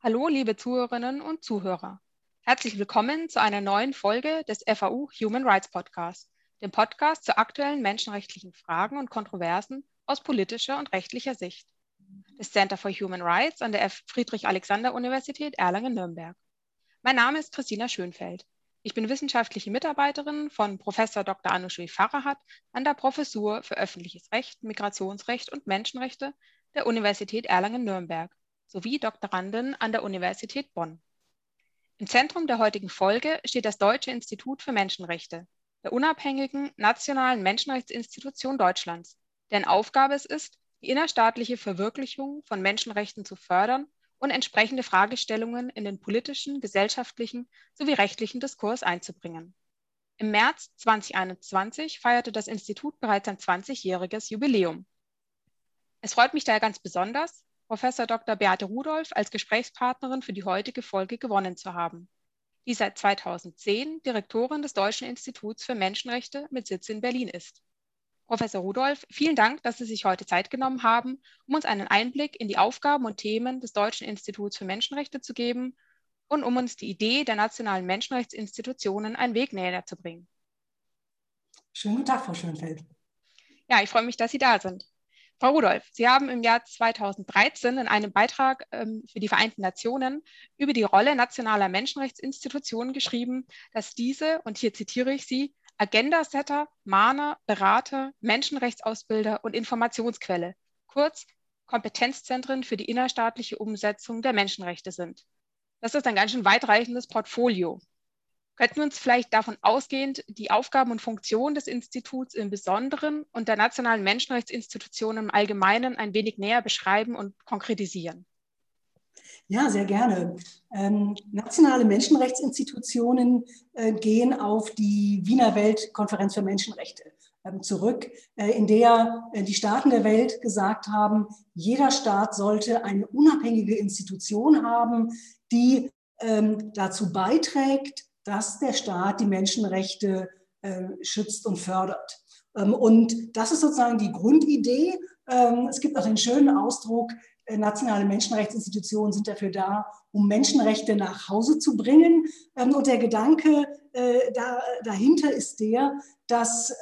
Hallo, liebe Zuhörerinnen und Zuhörer. Herzlich willkommen zu einer neuen Folge des FAU Human Rights Podcast, dem Podcast zu aktuellen menschenrechtlichen Fragen und Kontroversen aus politischer und rechtlicher Sicht des Center for Human Rights an der Friedrich-Alexander-Universität Erlangen-Nürnberg. Mein Name ist Christina Schönfeld. Ich bin wissenschaftliche Mitarbeiterin von Prof. Dr. Anousheh Farrahat an der Professur für Öffentliches Recht, Migrationsrecht und Menschenrechte der Universität Erlangen-Nürnberg sowie Doktorandin an der Universität Bonn. Im Zentrum der heutigen Folge steht das Deutsche Institut für Menschenrechte, der unabhängigen nationalen Menschenrechtsinstitution Deutschlands, deren Aufgabe es ist, die innerstaatliche Verwirklichung von Menschenrechten zu fördern und entsprechende Fragestellungen in den politischen, gesellschaftlichen sowie rechtlichen Diskurs einzubringen. Im März 2021 feierte das Institut bereits ein 20-jähriges Jubiläum. Es freut mich daher ganz besonders, Professor Dr. Beate Rudolph als Gesprächspartnerin für die heutige Folge gewonnen zu haben, die seit 2010 Direktorin des Deutschen Instituts für Menschenrechte mit Sitz in Berlin ist. Professor Rudolph, vielen Dank, dass Sie sich heute Zeit genommen haben, um uns einen Einblick in die Aufgaben und Themen des Deutschen Instituts für Menschenrechte zu geben und um uns die Idee der nationalen Menschenrechtsinstitutionen einen Weg näher zu bringen. Schönen guten Tag, Frau Schönfeld. Ja, ich freue mich, dass Sie da sind. Frau Rudolph, Sie haben im Jahr 2013 in einem Beitrag für die Vereinten Nationen über die Rolle nationaler Menschenrechtsinstitutionen geschrieben, dass diese, und hier zitiere ich Sie, Agendasetter, Mahner, Berater, Menschenrechtsausbilder und Informationsquelle, kurz Kompetenzzentren für die innerstaatliche Umsetzung der Menschenrechte sind. Das ist ein ganz schön weitreichendes Portfolio. Könnten wir uns vielleicht davon ausgehend die Aufgaben und Funktionen des Instituts im Besonderen und der nationalen Menschenrechtsinstitutionen im Allgemeinen ein wenig näher beschreiben und konkretisieren? Ja, sehr gerne. Nationale Menschenrechtsinstitutionen gehen auf die Wiener Weltkonferenz für Menschenrechte zurück, in der die Staaten der Welt gesagt haben, jeder Staat sollte eine unabhängige Institution haben, die dazu beiträgt, dass der Staat die Menschenrechte schützt und fördert. Und das ist sozusagen die Grundidee. Es gibt auch den schönen Ausdruck, nationale Menschenrechtsinstitutionen sind dafür da, um Menschenrechte nach Hause zu bringen. Und der Gedanke dahinter ist der, dass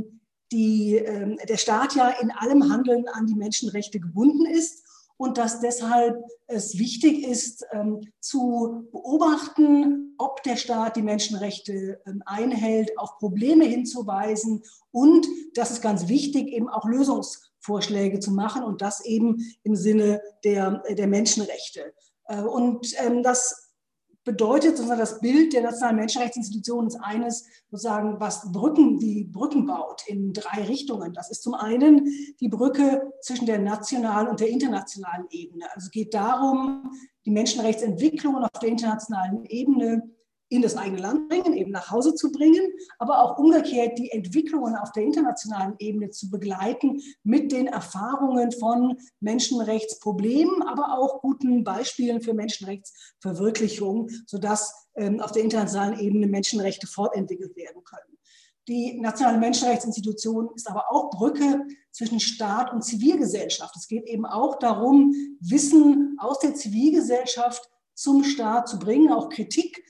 der Staat ja in allem Handeln an die Menschenrechte gebunden ist und dass deshalb es wichtig ist, zu beobachten, ob der Staat die Menschenrechte einhält, auf Probleme hinzuweisen und, das ist ganz wichtig, eben auch Lösungsvorschläge zu machen und das eben im Sinne der Menschenrechte. Und das bedeutet sozusagen, das Bild der nationalen Menschenrechtsinstitutionen ist eines, sozusagen, was die Brücken baut in 3 Richtungen. Das ist zum einen die Brücke zwischen der nationalen und der internationalen Ebene. Also es geht darum, die Menschenrechtsentwicklungen auf der internationalen Ebene in das eigene Land bringen, eben nach Hause zu bringen, aber auch umgekehrt die Entwicklungen auf der internationalen Ebene zu begleiten mit den Erfahrungen von Menschenrechtsproblemen, aber auch guten Beispielen für Menschenrechtsverwirklichung, sodass auf der internationalen Ebene Menschenrechte fortentwickelt werden können. Die nationale Menschenrechtsinstitution ist aber auch Brücke zwischen Staat und Zivilgesellschaft. Es geht eben auch darum, Wissen aus der Zivilgesellschaft zum Staat zu bringen, auch Kritik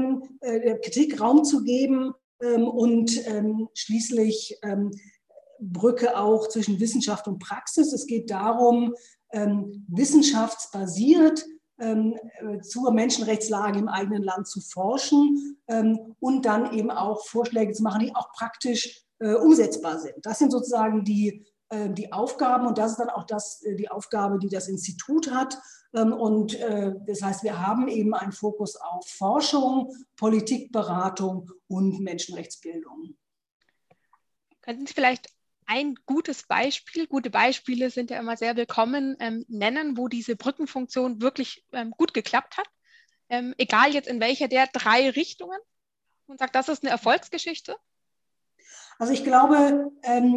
Raum zu geben und schließlich Brücke auch zwischen Wissenschaft und Praxis. Es geht darum, wissenschaftsbasiert zur Menschenrechtslage im eigenen Land zu forschen und dann eben auch Vorschläge zu machen, die auch praktisch umsetzbar sind. Das sind sozusagen die Aufgaben und das ist dann auch die Aufgabe, die das Institut hat. Und das heißt, wir haben eben einen Fokus auf Forschung, Politikberatung und Menschenrechtsbildung. Könnten Sie vielleicht ein gutes Beispiel, gute Beispiele sind ja immer sehr willkommen, nennen, wo diese Brückenfunktion wirklich gut geklappt hat? Egal jetzt in welcher der 3 Richtungen? Und sagt, das ist eine Erfolgsgeschichte? Also ich glaube,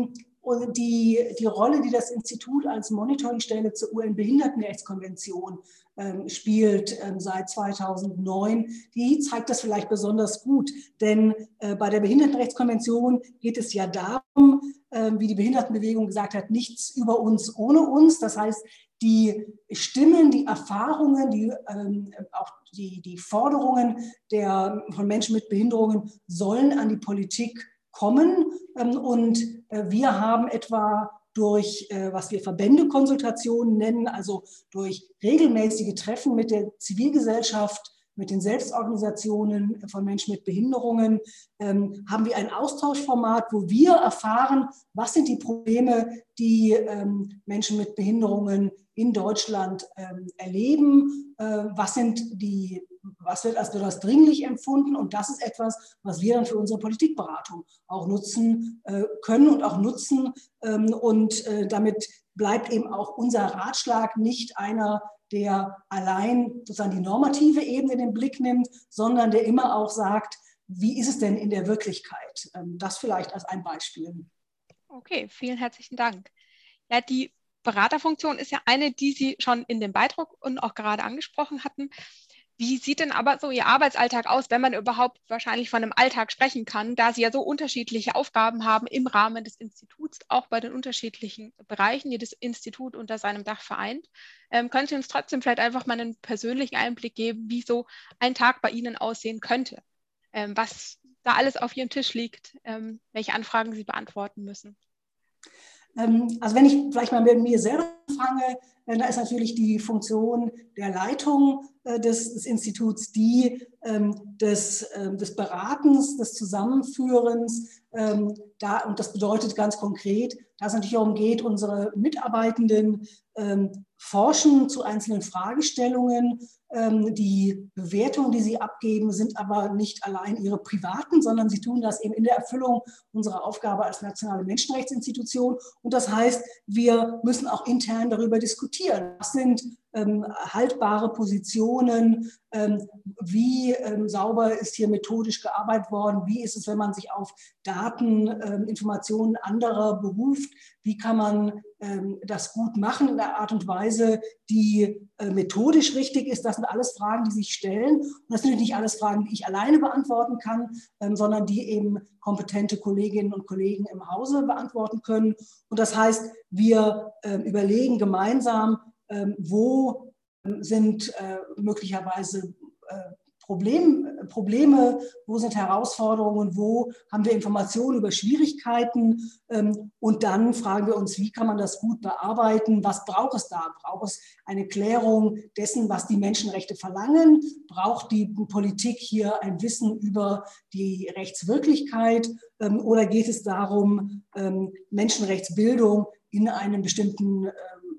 die Rolle, die das Institut als Monitoringstelle zur UN-Behindertenrechtskonvention spielt seit 2009, die zeigt das vielleicht besonders gut. Denn bei der Behindertenrechtskonvention geht es ja darum, wie die Behindertenbewegung gesagt hat, nichts über uns ohne uns. Das heißt, die Stimmen, die Erfahrungen, auch die Forderungen von Menschen mit Behinderungen sollen an die Politik kommen. Und wir haben etwa durch, was wir Verbändekonsultationen nennen, also durch regelmäßige Treffen mit der Zivilgesellschaft, mit den Selbstorganisationen von Menschen mit Behinderungen, haben wir ein Austauschformat, wo wir erfahren, was sind die Probleme, die Menschen mit Behinderungen in Deutschland erleben, was wird als besonders dringlich empfunden. Und das ist etwas, was wir dann für unsere Politikberatung auch nutzen können und auch nutzen. Und damit bleibt eben auch unser Ratschlag nicht einer, der allein sozusagen die normative Ebene in den Blick nimmt, sondern der immer auch sagt, wie ist es denn in der Wirklichkeit? Das vielleicht als ein Beispiel. Okay, vielen herzlichen Dank. Ja, die Beraterfunktion ist ja eine, die Sie schon in dem Beitrag und auch gerade angesprochen hatten. Wie sieht denn aber so Ihr Arbeitsalltag aus, wenn man überhaupt wahrscheinlich von einem Alltag sprechen kann, da Sie ja so unterschiedliche Aufgaben haben im Rahmen des Instituts, auch bei den unterschiedlichen Bereichen, die das Institut unter seinem Dach vereint? Können Sie uns trotzdem vielleicht einfach mal einen persönlichen Einblick geben, wie so ein Tag bei Ihnen aussehen könnte? Was da alles auf Ihrem Tisch liegt, welche Anfragen Sie beantworten müssen? Also wenn ich vielleicht mal mit mir selber anfange, da ist natürlich die Funktion der Leitung des Instituts die des Beratens, des Zusammenführens. Und das bedeutet ganz konkret, dass es natürlich darum geht, unsere Mitarbeitenden forschen zu einzelnen Fragestellungen. Die Bewertungen, die sie abgeben, sind aber nicht allein ihre privaten, sondern sie tun das eben in der Erfüllung unserer Aufgabe als nationale Menschenrechtsinstitution. Und das heißt, wir müssen auch intern darüber diskutieren. Was sind haltbare Positionen, wie sauber ist hier methodisch gearbeitet worden, wie ist es, wenn man sich auf Daten, Informationen anderer beruft, wie kann man das gut machen in einer Art und Weise, die methodisch richtig ist. Das sind alles Fragen, die sich stellen. Und das sind nicht alles Fragen, die ich alleine beantworten kann, sondern die eben kompetente Kolleginnen und Kollegen im Hause beantworten können. Und das heißt, wir überlegen gemeinsam, wo sind möglicherweise Probleme, wo sind Herausforderungen, wo haben wir Informationen über Schwierigkeiten und dann fragen wir uns, wie kann man das gut bearbeiten, was braucht es da? Braucht es eine Klärung dessen, was die Menschenrechte verlangen? Braucht die Politik hier ein Wissen über die Rechtswirklichkeit oder geht es darum, Menschenrechtsbildung in einer bestimmten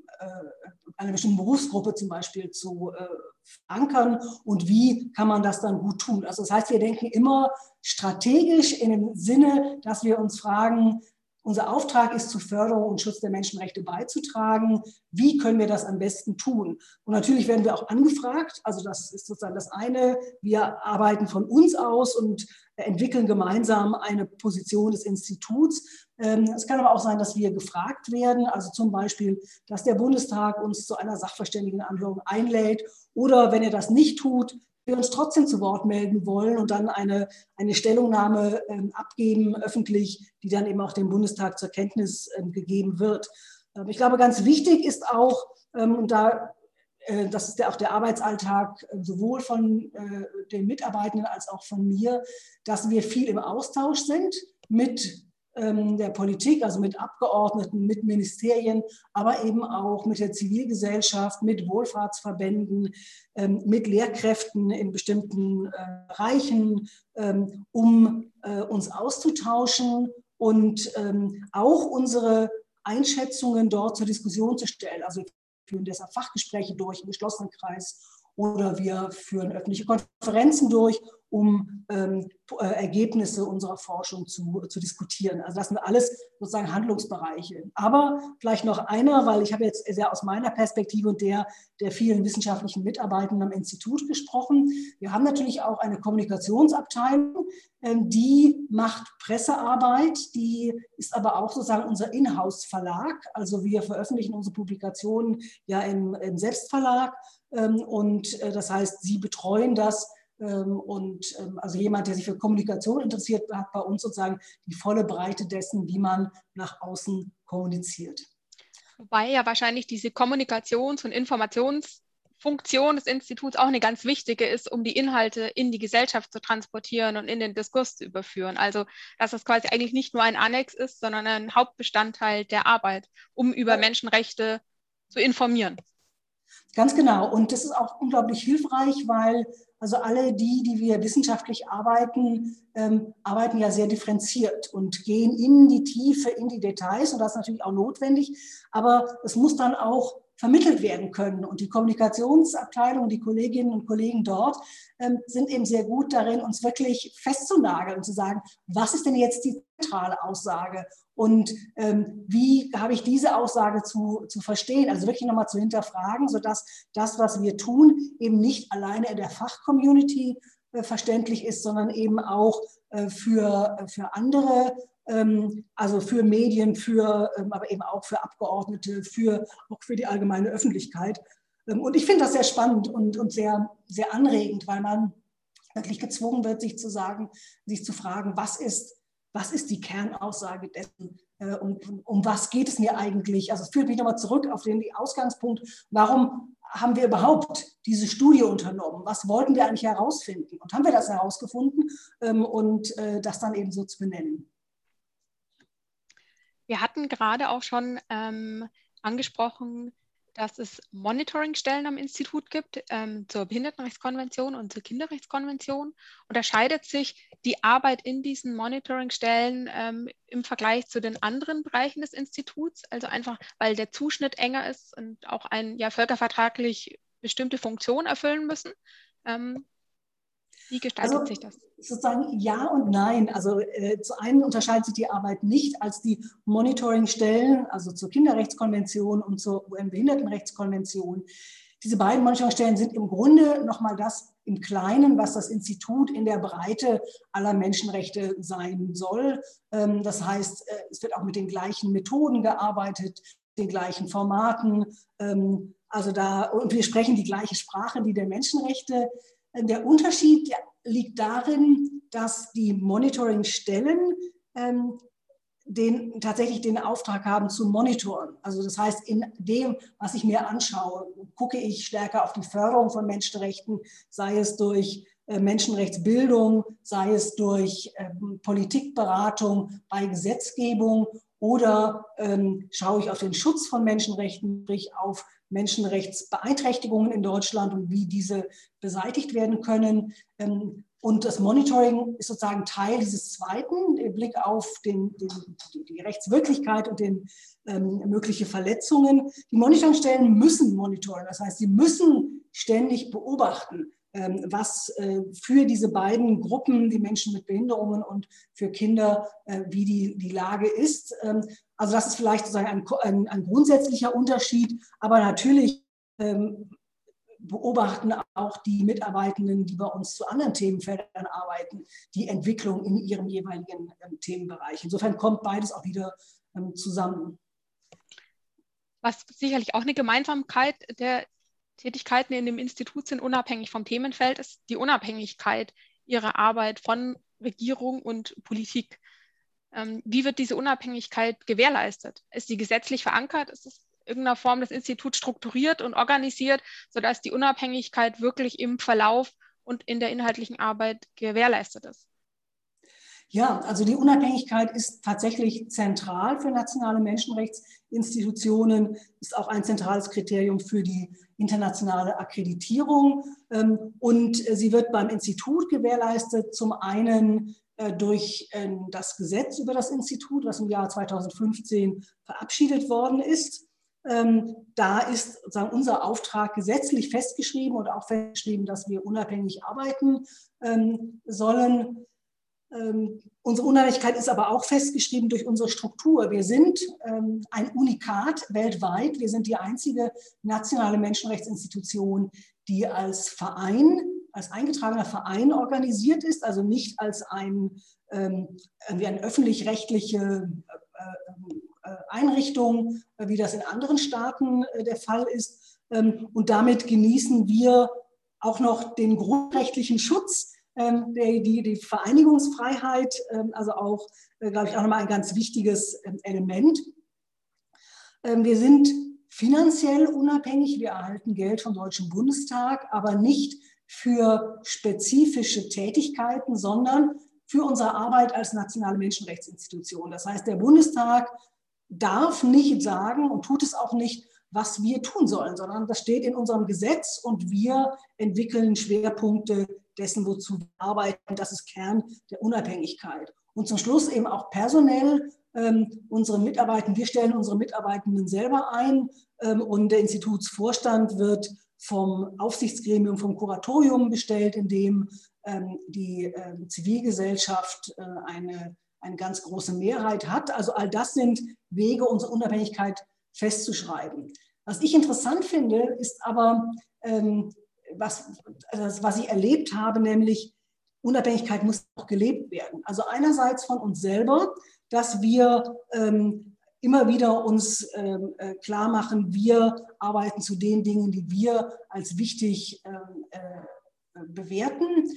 Berufsgruppe zum Beispiel zu verankern und wie kann man das dann gut tun. Also das heißt, wir denken immer strategisch in dem Sinne, dass wir uns fragen, unser Auftrag ist, zur Förderung und Schutz der Menschenrechte beizutragen. Wie können wir das am besten tun? Und natürlich werden wir auch angefragt. Also das ist sozusagen das eine. Wir arbeiten von uns aus und entwickeln gemeinsam eine Position des Instituts. Es kann aber auch sein, dass wir gefragt werden. Also zum Beispiel, dass der Bundestag uns zu einer Sachverständigenanhörung einlädt. Oder wenn er das nicht tut, wir uns trotzdem zu Wort melden wollen und dann eine Stellungnahme abgeben, öffentlich, die dann eben auch dem Bundestag zur Kenntnis gegeben wird. Ich glaube, ganz wichtig ist auch, und das ist auch der Arbeitsalltag sowohl von den Mitarbeitenden als auch von mir, dass wir viel im Austausch sind mit der Politik, also mit Abgeordneten, mit Ministerien, aber eben auch mit der Zivilgesellschaft, mit Wohlfahrtsverbänden, mit Lehrkräften in bestimmten Bereichen, um uns auszutauschen und auch unsere Einschätzungen dort zur Diskussion zu stellen. Also wir führen deshalb Fachgespräche durch im geschlossenen Kreis oder wir führen öffentliche Konferenzen durch, um Ergebnisse unserer Forschung zu diskutieren. Also das sind alles sozusagen Handlungsbereiche. Aber vielleicht noch einer, weil ich habe jetzt sehr aus meiner Perspektive und der vielen wissenschaftlichen Mitarbeitenden am Institut gesprochen. Wir haben natürlich auch eine Kommunikationsabteilung, die macht Pressearbeit, die ist aber auch sozusagen unser Inhouse-Verlag. Also wir veröffentlichen unsere Publikationen ja im Selbstverlag und das heißt, sie betreuen das. Und also jemand, der sich für Kommunikation interessiert, hat bei uns sozusagen die volle Breite dessen, wie man nach außen kommuniziert. Wobei ja wahrscheinlich diese Kommunikations- und Informationsfunktion des Instituts auch eine ganz wichtige ist, um die Inhalte in die Gesellschaft zu transportieren und in den Diskurs zu überführen. Also, dass es quasi eigentlich nicht nur ein Annex ist, sondern ein Hauptbestandteil der Arbeit, um über Menschenrechte zu informieren. Ganz genau. Und das ist auch unglaublich hilfreich, weil also alle die wir wissenschaftlich arbeiten, arbeiten ja sehr differenziert und gehen in die Tiefe, in die Details. Und das ist natürlich auch notwendig. Aber es muss dann auch vermittelt werden können. Und die Kommunikationsabteilung, die Kolleginnen und Kollegen dort sind eben sehr gut darin, uns wirklich festzunageln und zu sagen, was ist denn jetzt die zentrale Aussage? Und wie habe ich diese Aussage zu verstehen? Also wirklich nochmal zu hinterfragen, sodass das, was wir tun, eben nicht alleine in der Fachcommunity verständlich ist, sondern eben auch für andere, also für Medien, aber eben auch für Abgeordnete, auch für die allgemeine Öffentlichkeit. Und ich finde das sehr spannend und sehr, sehr anregend, weil man wirklich gezwungen wird, sich zu fragen, was ist die Kernaussage dessen? Um was geht es mir eigentlich? Also es führt mich nochmal zurück auf den Ausgangspunkt, warum haben wir überhaupt diese Studie unternommen? Was wollten wir eigentlich herausfinden? Und haben wir das herausgefunden und das dann eben so zu benennen? Wir hatten gerade auch schon angesprochen, dass es Monitoringstellen am Institut gibt zur Behindertenrechtskonvention und zur Kinderrechtskonvention. Unterscheidet sich die Arbeit in diesen Monitoringstellen im Vergleich zu den anderen Bereichen des Instituts? Also einfach, weil der Zuschnitt enger ist und auch völkervertraglich bestimmte Funktionen erfüllen müssen. Wie gestaltet sich das? Sozusagen ja und nein. Also zu einem unterscheidet sich die Arbeit nicht als die Monitoringstellen, also zur Kinderrechtskonvention und zur UN-Behindertenrechtskonvention. Diese beiden Monitoringstellen sind im Grunde nochmal das im Kleinen, was das Institut in der Breite aller Menschenrechte sein soll. Das heißt, es wird auch mit den gleichen Methoden gearbeitet, den gleichen Formaten. Und wir sprechen die gleiche Sprache, die der Menschenrechte. Der Unterschied liegt darin, dass die Monitoringstellen tatsächlich den Auftrag haben zu monitoren. Also das heißt, in dem, was ich mir anschaue, gucke ich stärker auf die Förderung von Menschenrechten, sei es durch Menschenrechtsbildung, sei es durch Politikberatung bei Gesetzgebung oder schaue ich auf den Schutz von Menschenrechten, sprich auf Menschenrechtsbeeinträchtigungen in Deutschland und wie diese beseitigt werden können. Und das Monitoring ist sozusagen Teil dieses zweiten, der Blick auf die Rechtswirklichkeit und mögliche Verletzungen. Die Monitoringstellen müssen monitoren, das heißt, sie müssen ständig beobachten, was für diese beiden Gruppen, die Menschen mit Behinderungen und für Kinder, wie die Lage ist. Also das ist vielleicht sozusagen ein grundsätzlicher Unterschied, aber natürlich beobachten auch die Mitarbeitenden, die bei uns zu anderen Themenfeldern arbeiten, die Entwicklung in ihrem jeweiligen Themenbereich. Insofern kommt beides auch wieder zusammen. Was sicherlich auch eine Gemeinsamkeit der Tätigkeiten in dem Institut sind, unabhängig vom Themenfeld, ist die Unabhängigkeit ihrer Arbeit von Regierung und Politik. Wie wird diese Unabhängigkeit gewährleistet? Ist sie gesetzlich verankert? Ist es in irgendeiner Form das Institut strukturiert und organisiert, sodass die Unabhängigkeit wirklich im Verlauf und in der inhaltlichen Arbeit gewährleistet ist? Ja, also die Unabhängigkeit ist tatsächlich zentral für nationale Menschenrechtsinstitutionen, ist auch ein zentrales Kriterium für die internationale Akkreditierung. Und sie wird beim Institut gewährleistet, zum einen durch das Gesetz über das Institut, was im Jahr 2015 verabschiedet worden ist. Da ist sozusagen unser Auftrag gesetzlich festgeschrieben und auch festgeschrieben, dass wir unabhängig arbeiten sollen. Unsere Unabhängigkeit ist aber auch festgeschrieben durch unsere Struktur. Wir sind ein Unikat weltweit. Wir sind die einzige nationale Menschenrechtsinstitution, die als Verein, als eingetragener Verein organisiert ist, also nicht als eine öffentlich-rechtliche Einrichtung, wie das in anderen Staaten der Fall ist. Und damit genießen wir auch noch den grundrechtlichen Schutz, die Vereinigungsfreiheit, also auch, glaube ich, auch nochmal ein ganz wichtiges Element. Wir sind finanziell unabhängig, wir erhalten Geld vom Deutschen Bundestag, aber nicht für spezifische Tätigkeiten, sondern für unsere Arbeit als nationale Menschenrechtsinstitution. Das heißt, der Bundestag darf nicht sagen und tut es auch nicht, was wir tun sollen, sondern das steht in unserem Gesetz und wir entwickeln Schwerpunkte dessen, wozu wir arbeiten. Das ist Kern der Unabhängigkeit. Und zum Schluss eben auch personell unsere Mitarbeitenden, wir stellen unsere Mitarbeitenden selber ein und der Institutsvorstand wird vom Aufsichtsgremium, vom Kuratorium bestellt, in dem die Zivilgesellschaft eine ganz große Mehrheit hat. Also all das sind Wege, unsere Unabhängigkeit festzuschreiben. Was ich interessant finde, ist aber, was ich erlebt habe, nämlich Unabhängigkeit muss auch gelebt werden. Also einerseits von uns selber, dass wir immer wieder uns klar machen, wir arbeiten zu den Dingen, die wir als wichtig bewerten.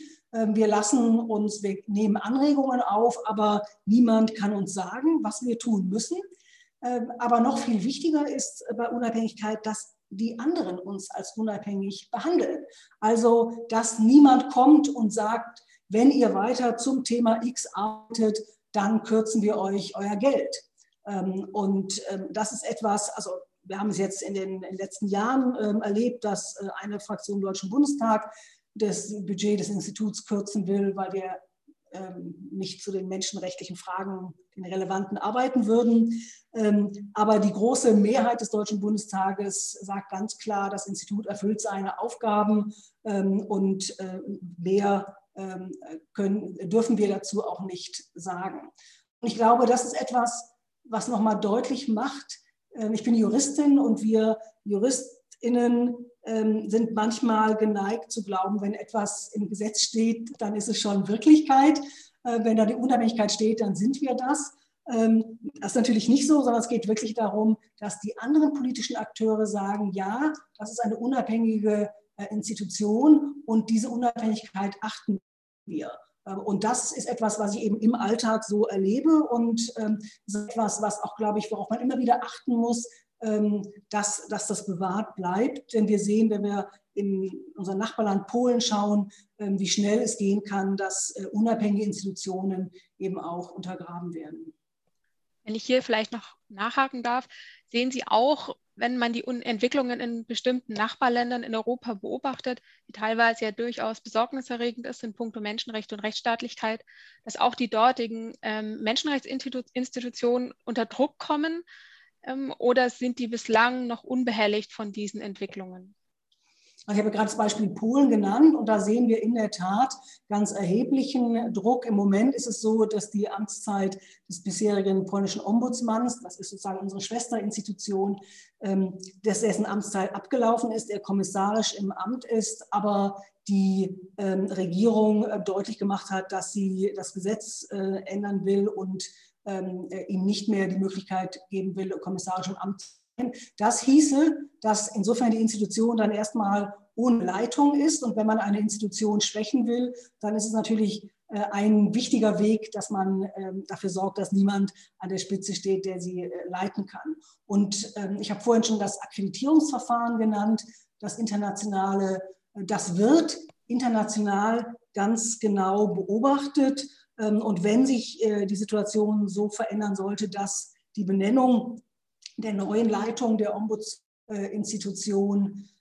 Wir nehmen Anregungen auf, aber niemand kann uns sagen, was wir tun müssen. Aber noch viel wichtiger ist bei Unabhängigkeit, dass die anderen uns als unabhängig behandeln. Also, dass niemand kommt und sagt, wenn ihr weiter zum Thema X arbeitet, dann kürzen wir euch euer Geld. Und das ist etwas, also wir haben es jetzt in den letzten Jahren erlebt, dass eine Fraktion im Deutschen Bundestag das Budget des Instituts kürzen will, weil wir nicht zu den menschenrechtlichen Fragen, den relevanten, arbeiten würden. Aber die große Mehrheit des Deutschen Bundestages sagt ganz klar, das Institut erfüllt seine Aufgaben und mehr dürfen wir dazu auch nicht sagen. Und ich glaube, das ist etwas, was nochmal deutlich macht, ich bin Juristin und wir JuristInnen sind manchmal geneigt zu glauben, wenn etwas im Gesetz steht, dann ist es schon Wirklichkeit. Wenn da die Unabhängigkeit steht, dann sind wir das. Das ist natürlich nicht so, sondern es geht wirklich darum, dass die anderen politischen Akteure sagen, ja, das ist eine unabhängige Institution und diese Unabhängigkeit achten wir. Und das ist etwas, was ich eben im Alltag so erlebe und etwas, was auch, glaube ich, worauf man immer wieder achten muss, dass das bewahrt bleibt. Denn wir sehen, wenn wir in unser Nachbarland Polen schauen, wie schnell es gehen kann, dass unabhängige Institutionen eben auch untergraben werden. Wenn ich hier vielleicht noch nachhaken darf, sehen Sie auch, wenn man die Entwicklungen in bestimmten Nachbarländern in Europa beobachtet, die teilweise ja durchaus besorgniserregend ist in puncto Menschenrechte und Rechtsstaatlichkeit, dass auch die dortigen Menschenrechtsinstitutionen unter Druck kommen, oder sind die bislang noch unbehelligt von diesen Entwicklungen? Also ich habe gerade das Beispiel Polen genannt und da sehen wir in der Tat ganz erheblichen Druck. Im Moment ist es so, dass die Amtszeit des bisherigen polnischen Ombudsmanns, das ist sozusagen unsere Schwesterinstitution, dessen Amtszeit abgelaufen ist, er kommissarisch im Amt ist, aber die Regierung deutlich gemacht hat, dass sie das Gesetz ändern will und ihm nicht mehr die Möglichkeit geben will, kommissarisch im Amt zu sein. Das hieße, dass insofern die Institution dann erstmal ohne Leitung ist. Und wenn man eine Institution schwächen will, dann ist es natürlich ein wichtiger Weg, dass man dafür sorgt, dass niemand an der Spitze steht, der sie leiten kann. Und ich habe vorhin schon das Akkreditierungsverfahren genannt, das internationale. Das wird international ganz genau beobachtet. Und wenn sich die Situation so verändern sollte, dass die Benennung der neuen Leitung der Ombudsinstitution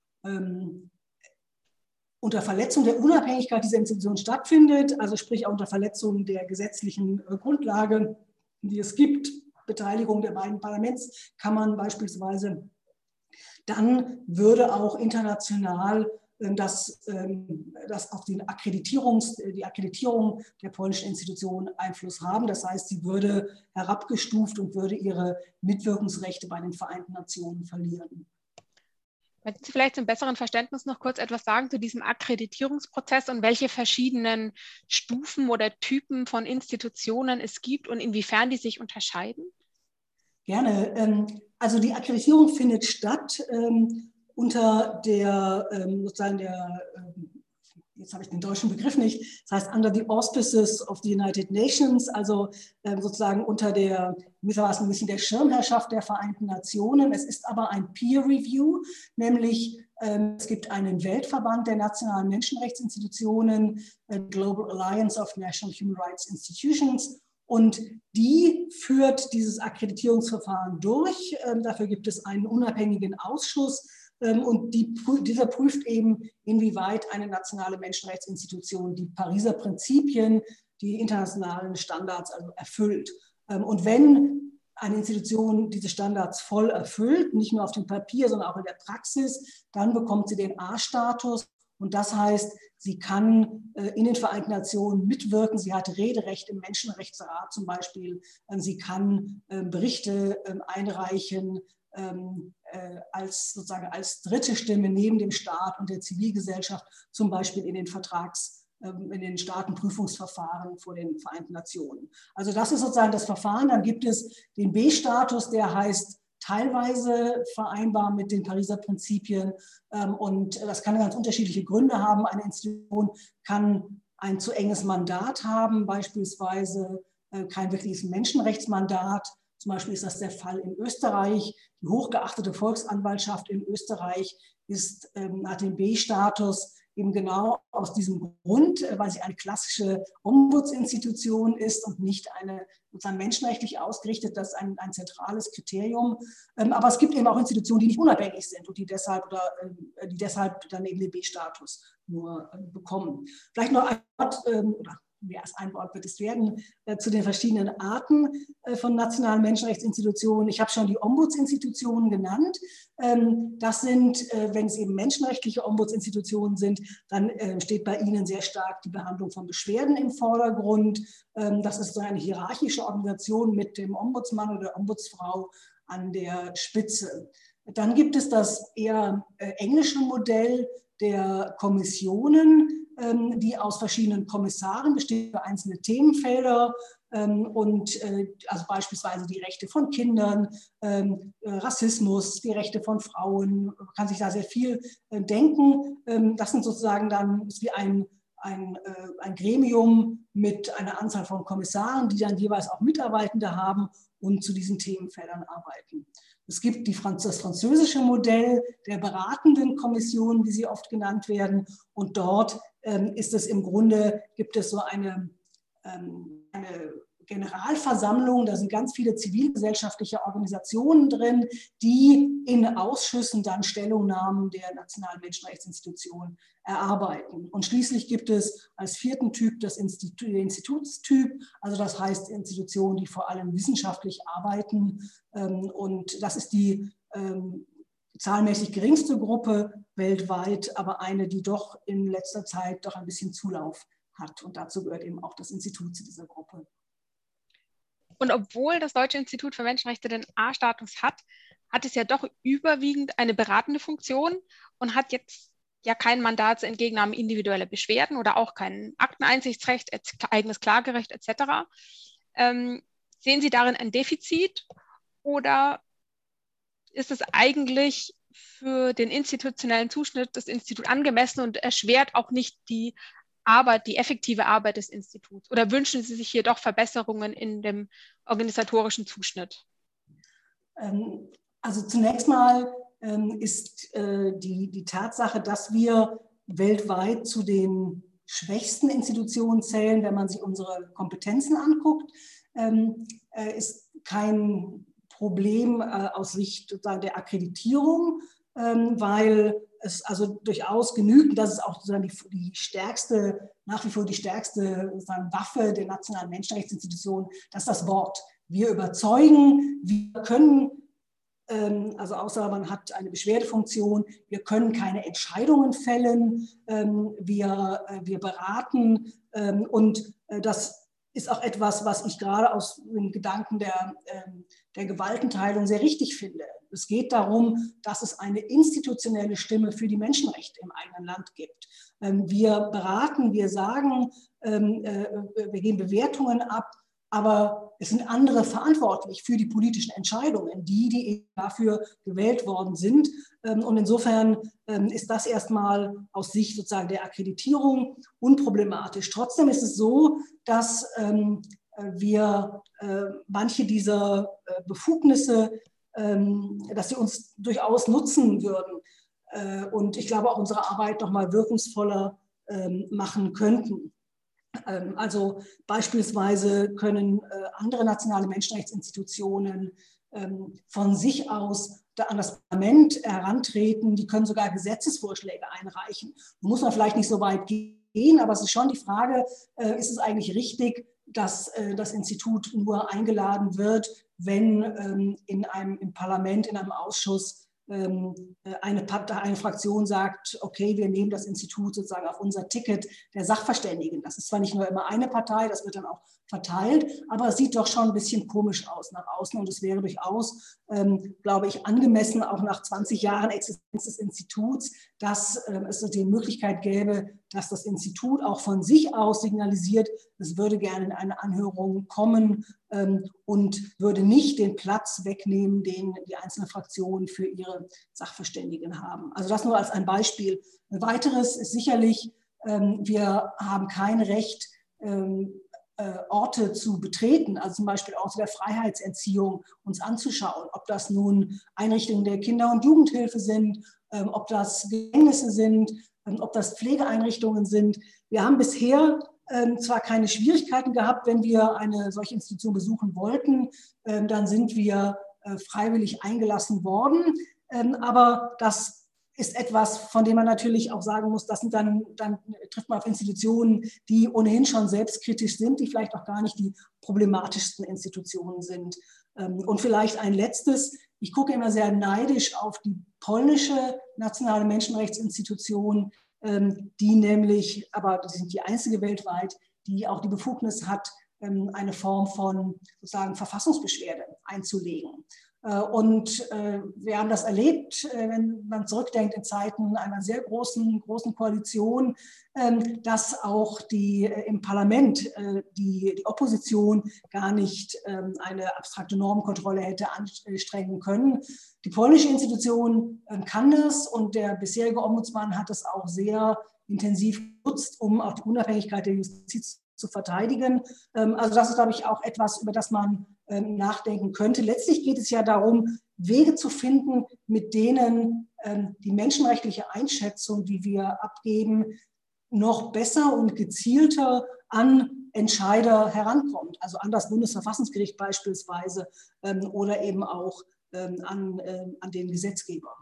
unter Verletzung der Unabhängigkeit dieser Institution stattfindet, also sprich auch unter Verletzung der gesetzlichen Grundlage, die es gibt, Beteiligung der beiden Parlamentskammern beispielsweise, dann würde auch international dass auf die Akkreditierung der polnischen Institution Einfluss haben. Das heißt, sie würde herabgestuft und würde ihre Mitwirkungsrechte bei den Vereinten Nationen verlieren. Möchten Sie vielleicht zum besseren Verständnis noch kurz etwas sagen zu diesem Akkreditierungsprozess und welche verschiedenen Stufen oder Typen von Institutionen es gibt und inwiefern die sich unterscheiden? Gerne. Also die Akkreditierung findet statt unter der sozusagen jetzt habe ich den deutschen Begriff nicht, das heißt under the auspices of the United Nations, also sozusagen unter der, gewissermaßen ein bisschen der Schirmherrschaft der Vereinten Nationen. Es ist aber ein Peer Review, nämlich es gibt einen Weltverband der nationalen Menschenrechtsinstitutionen, Global Alliance of National Human Rights Institutions, und die führt dieses Akkreditierungsverfahren durch. Dafür gibt es einen unabhängigen Ausschuss, und dieser prüft eben, inwieweit eine nationale Menschenrechtsinstitution die Pariser Prinzipien, die internationalen Standards also erfüllt. Und wenn eine Institution diese Standards voll erfüllt, nicht nur auf dem Papier, sondern auch in der Praxis, dann bekommt sie den A-Status. Und das heißt, sie kann in den Vereinten Nationen mitwirken. Sie hat Rederecht im Menschenrechtsrat zum Beispiel. Sie kann Berichte einreichen, sozusagen als dritte Stimme neben dem Staat und der Zivilgesellschaft, zum Beispiel in den Staatenprüfungsverfahren vor den Vereinten Nationen. Also das ist sozusagen das Verfahren. Dann gibt es den B-Status, der heißt teilweise vereinbar mit den Pariser Prinzipien, und das kann ganz unterschiedliche Gründe haben. Eine Institution kann ein zu enges Mandat haben, beispielsweise kein wirkliches Menschenrechtsmandat. Zum Beispiel ist das der Fall in Österreich. Die hochgeachtete Volksanwaltschaft in Österreich hat den B-Status eben genau aus diesem Grund, weil sie eine klassische Ombudsinstitution ist und nicht eine sozusagen menschenrechtlich ausgerichtet. Das ist ein zentrales Kriterium. Aber es gibt eben auch Institutionen, die nicht unabhängig sind und die deshalb dann eben den B-Status nur bekommen. Vielleicht noch ein Wort, oder mehr als ein Wort wird es werden, zu den verschiedenen Arten von nationalen Menschenrechtsinstitutionen. Ich habe schon die Ombudsinstitutionen genannt. Das sind, wenn es eben menschenrechtliche Ombudsinstitutionen sind, dann steht bei ihnen sehr stark die Behandlung von Beschwerden im Vordergrund. Das ist so eine hierarchische Organisation mit dem Ombudsmann oder der Ombudsfrau an der Spitze. Dann gibt es das eher englische Modell der Kommissionen, die aus verschiedenen Kommissaren besteht für einzelne Themenfelder, und also beispielsweise die Rechte von Kindern, Rassismus, die Rechte von Frauen, man kann sich da sehr viel denken. Das sind sozusagen dann ist wie ein Gremium mit einer Anzahl von Kommissaren, die dann jeweils auch Mitarbeitende haben und zu diesen Themenfeldern arbeiten. Es gibt das französische Modell der beratenden Kommissionen, wie sie oft genannt werden. Und dort ist es im Grunde, gibt es so eine Generalversammlung, da sind ganz viele zivilgesellschaftliche Organisationen drin, die in Ausschüssen dann Stellungnahmen der nationalen Menschenrechtsinstitutionen erarbeiten. Und schließlich gibt es als vierten Typ den Institutstyp, also das heißt Institutionen, die vor allem wissenschaftlich arbeiten. Und das ist die zahlenmäßig geringste Gruppe weltweit, aber eine, die doch in letzter Zeit doch ein bisschen Zulauf hat. Und dazu gehört eben auch das Institut zu dieser Gruppe. Und obwohl das Deutsche Institut für Menschenrechte den A-Status hat, hat es ja doch überwiegend eine beratende Funktion und hat jetzt ja kein Mandat zur Entgegennahme individueller Beschwerden oder auch kein Akteneinsichtsrecht, eigenes Klagerecht etc. Sehen Sie darin ein Defizit oder ist es eigentlich für den institutionellen Zuschnitt des Instituts angemessen und erschwert auch nicht die effektive Arbeit des Instituts? Oder wünschen Sie sich hier doch Verbesserungen in dem organisatorischen Zuschnitt? Also zunächst mal ist die Tatsache, dass wir weltweit zu den schwächsten Institutionen zählen, wenn man sich unsere Kompetenzen anguckt, ist kein Problem aus Sicht sozusagen der Akkreditierung, weil es also durchaus genügt, dass es auch sozusagen die stärkste, nach wie vor die stärkste sozusagen Waffe der nationalen Menschenrechtsinstitutionen, das ist das Wort. Wir überzeugen, wir können, also außer man hat eine Beschwerdefunktion, wir können keine Entscheidungen fällen, wir beraten, und das ist auch etwas, was ich gerade aus dem Gedanken der Gewaltenteilung sehr richtig finde. Es geht darum, dass es eine institutionelle Stimme für die Menschenrechte im eigenen Land gibt. Wir beraten, wir sagen, wir geben Bewertungen ab, aber es sind andere verantwortlich für die politischen Entscheidungen, die eben dafür gewählt worden sind. Und insofern ist das erstmal aus Sicht sozusagen der Akkreditierung unproblematisch. Trotzdem ist es so, dass wir manche dieser Befugnisse, dass sie uns durchaus nutzen würden und ich glaube auch unsere Arbeit noch mal wirkungsvoller machen könnten. Also beispielsweise können andere nationale Menschenrechtsinstitutionen von sich aus an das Parlament herantreten, die können sogar Gesetzesvorschläge einreichen. Da muss man vielleicht nicht so weit gehen, aber es ist schon die Frage, ist es eigentlich richtig, dass das Institut nur eingeladen wird, wenn im Parlament, in einem Ausschuss eine Fraktion sagt, okay, wir nehmen das Institut sozusagen auf unser Ticket der Sachverständigen. Das ist zwar nicht nur immer eine Partei, das wird dann auch verteilt, aber es sieht doch schon ein bisschen komisch aus nach außen und es wäre durchaus, glaube ich, angemessen, auch nach 20 Jahren Existenz des Instituts, dass es die Möglichkeit gäbe, dass das Institut auch von sich aus signalisiert, es würde gerne in eine Anhörung kommen und würde nicht den Platz wegnehmen, den die einzelnen Fraktionen für ihre Sachverständigen haben. Also das nur als ein Beispiel. Ein weiteres ist sicherlich, wir haben kein Recht, Orte zu betreten, also zum Beispiel Orte der Freiheitsentziehung uns anzuschauen, ob das nun Einrichtungen der Kinder- und Jugendhilfe sind, ob das Gefängnisse sind, ob das Pflegeeinrichtungen sind. Wir haben bisher zwar keine Schwierigkeiten gehabt, wenn wir eine solche Institution besuchen wollten, dann sind wir freiwillig eingelassen worden, aber das ist etwas, von dem man natürlich auch sagen muss, das sind dann trifft man auf Institutionen, die ohnehin schon selbstkritisch sind, die vielleicht auch gar nicht die problematischsten Institutionen sind. Und vielleicht ein letztes, ich gucke immer sehr neidisch auf die polnische nationale Menschenrechtsinstitution, die nämlich, aber das sind die einzige weltweit, die auch die Befugnis hat, eine Form von sozusagen Verfassungsbeschwerde einzulegen. Und wir haben das erlebt, wenn man zurückdenkt in Zeiten einer sehr großen Koalition, dass auch im Parlament die Opposition gar nicht eine abstrakte Normkontrolle hätte anstrengen können. Die polnische Institution kann das und der bisherige Ombudsmann hat es auch sehr intensiv genutzt, um auch die Unabhängigkeit der Justiz zu verteidigen. Also das ist, glaube ich, auch etwas, über das man nachdenken könnte. Letztlich geht es ja darum, Wege zu finden, mit denen die menschenrechtliche Einschätzung, die wir abgeben, noch besser und gezielter an Entscheider herankommt. Also an das Bundesverfassungsgericht beispielsweise oder eben auch an den Gesetzgeber.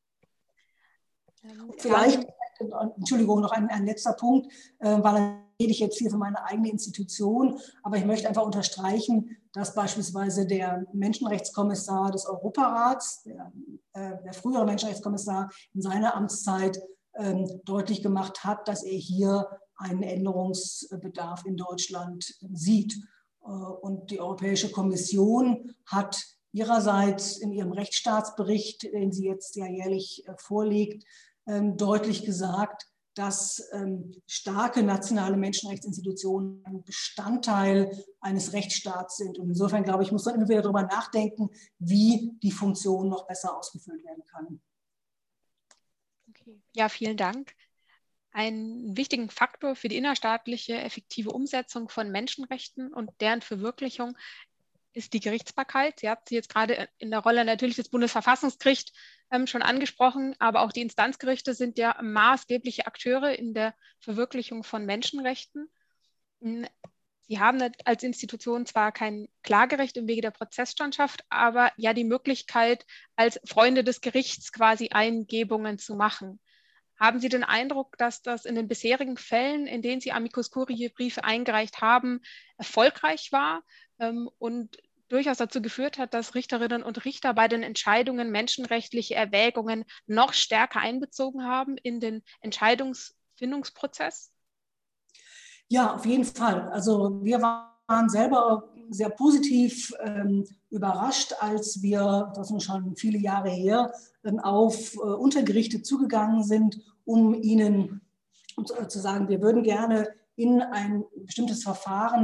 Vielleicht, Entschuldigung, noch ein letzter Punkt, weil dann rede ich jetzt hier für meine eigene Institution, aber ich möchte einfach unterstreichen, dass beispielsweise der Menschenrechtskommissar des Europarats, der frühere Menschenrechtskommissar in seiner Amtszeit deutlich gemacht hat, dass er hier einen Änderungsbedarf in Deutschland sieht. Und die Europäische Kommission hat ihrerseits in ihrem Rechtsstaatsbericht, den sie jetzt ja jährlich vorlegt, deutlich gesagt, dass starke nationale Menschenrechtsinstitutionen ein Bestandteil eines Rechtsstaats sind. Und insofern, glaube ich, muss man immer wieder darüber nachdenken, wie die Funktion noch besser ausgefüllt werden kann. Okay. Ja, vielen Dank. Einen wichtigen Faktor für die innerstaatliche effektive Umsetzung von Menschenrechten und deren Verwirklichung ist die Gerichtsbarkeit. Sie hat sie jetzt gerade in der Rolle natürlich des Bundesverfassungsgerichts schon angesprochen, aber auch die Instanzgerichte sind ja maßgebliche Akteure in der Verwirklichung von Menschenrechten. Sie haben als Institution zwar kein Klagerecht im Wege der Prozessstandschaft, aber ja die Möglichkeit, als Freunde des Gerichts quasi Eingebungen zu machen. Haben Sie den Eindruck, dass das in den bisherigen Fällen, in denen Sie Amicus Curiae Briefe eingereicht haben, erfolgreich war und durchaus dazu geführt hat, dass Richterinnen und Richter bei den Entscheidungen menschenrechtliche Erwägungen noch stärker einbezogen haben in den Entscheidungsfindungsprozess? Ja, auf jeden Fall. Also wir waren selber sehr positiv überrascht, als wir, das ist schon viele Jahre her, auf Untergerichte zugegangen sind, um ihnen zu sagen, wir würden gerne in ein bestimmtes Verfahren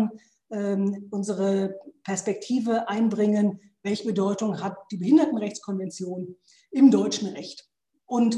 unsere Perspektive einbringen, welche Bedeutung hat die Behindertenrechtskonvention im deutschen Recht. Und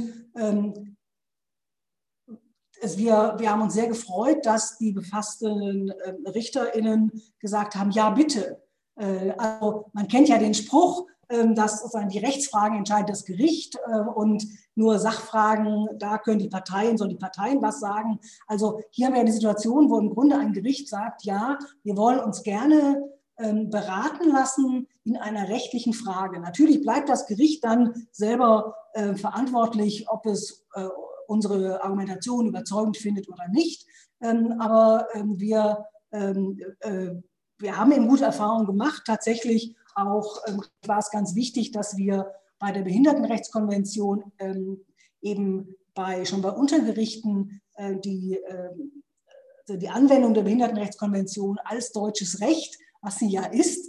wir haben uns sehr gefreut, dass die befassten RichterInnen gesagt haben, ja bitte. Also man kennt ja den Spruch, dass sozusagen die Rechtsfragen entscheidet das Gericht und nur Sachfragen, da sollen die Parteien was sagen. Also hier haben wir eine Situation, wo im Grunde ein Gericht sagt, ja, wir wollen uns gerne beraten lassen in einer rechtlichen Frage. Natürlich bleibt das Gericht dann selber verantwortlich, ob es unsere Argumentation überzeugend findet oder nicht. Aber wir haben eben gute Erfahrungen gemacht. Tatsächlich auch war es ganz wichtig, dass wir bei der Behindertenrechtskonvention eben schon bei Untergerichten die Anwendung der Behindertenrechtskonvention als deutsches Recht, was sie ja ist,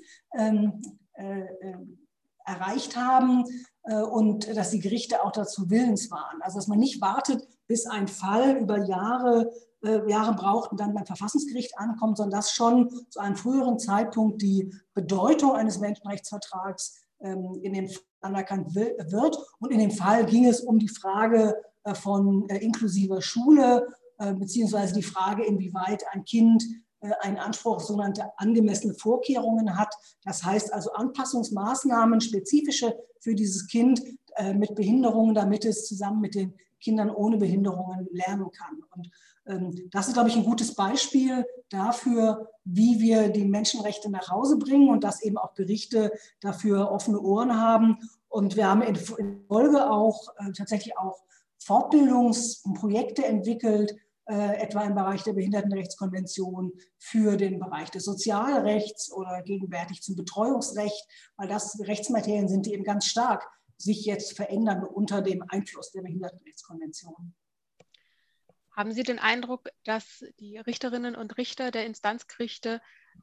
erreicht haben und dass die Gerichte auch dazu willens waren. Also dass man nicht wartet, bis ein Fall über Jahre braucht und dann beim Verfassungsgericht ankommt, sondern dass schon zu einem früheren Zeitpunkt die Bedeutung eines Menschenrechtsvertrags in dem Fall anerkannt wird. Und in dem Fall ging es um die Frage von inklusiver Schule, beziehungsweise die Frage, inwieweit ein Kind einen Anspruch auf sogenannte angemessene Vorkehrungen hat. Das heißt also Anpassungsmaßnahmen, spezifische für dieses Kind mit Behinderungen, damit es zusammen mit den Kindern ohne Behinderungen lernen kann. Und das ist, glaube ich, ein gutes Beispiel dafür, wie wir die Menschenrechte nach Hause bringen und dass eben auch Gerichte dafür offene Ohren haben. Und wir haben in Folge auch tatsächlich auch Fortbildungsprojekte entwickelt, etwa im Bereich der Behindertenrechtskonvention für den Bereich des Sozialrechts oder gegenwärtig zum Betreuungsrecht, weil das Rechtsmaterien sind, die eben ganz stark sich jetzt verändern unter dem Einfluss der Behindertenrechtskonvention. Haben Sie den Eindruck, dass die Richterinnen und Richter der Instanzgerichte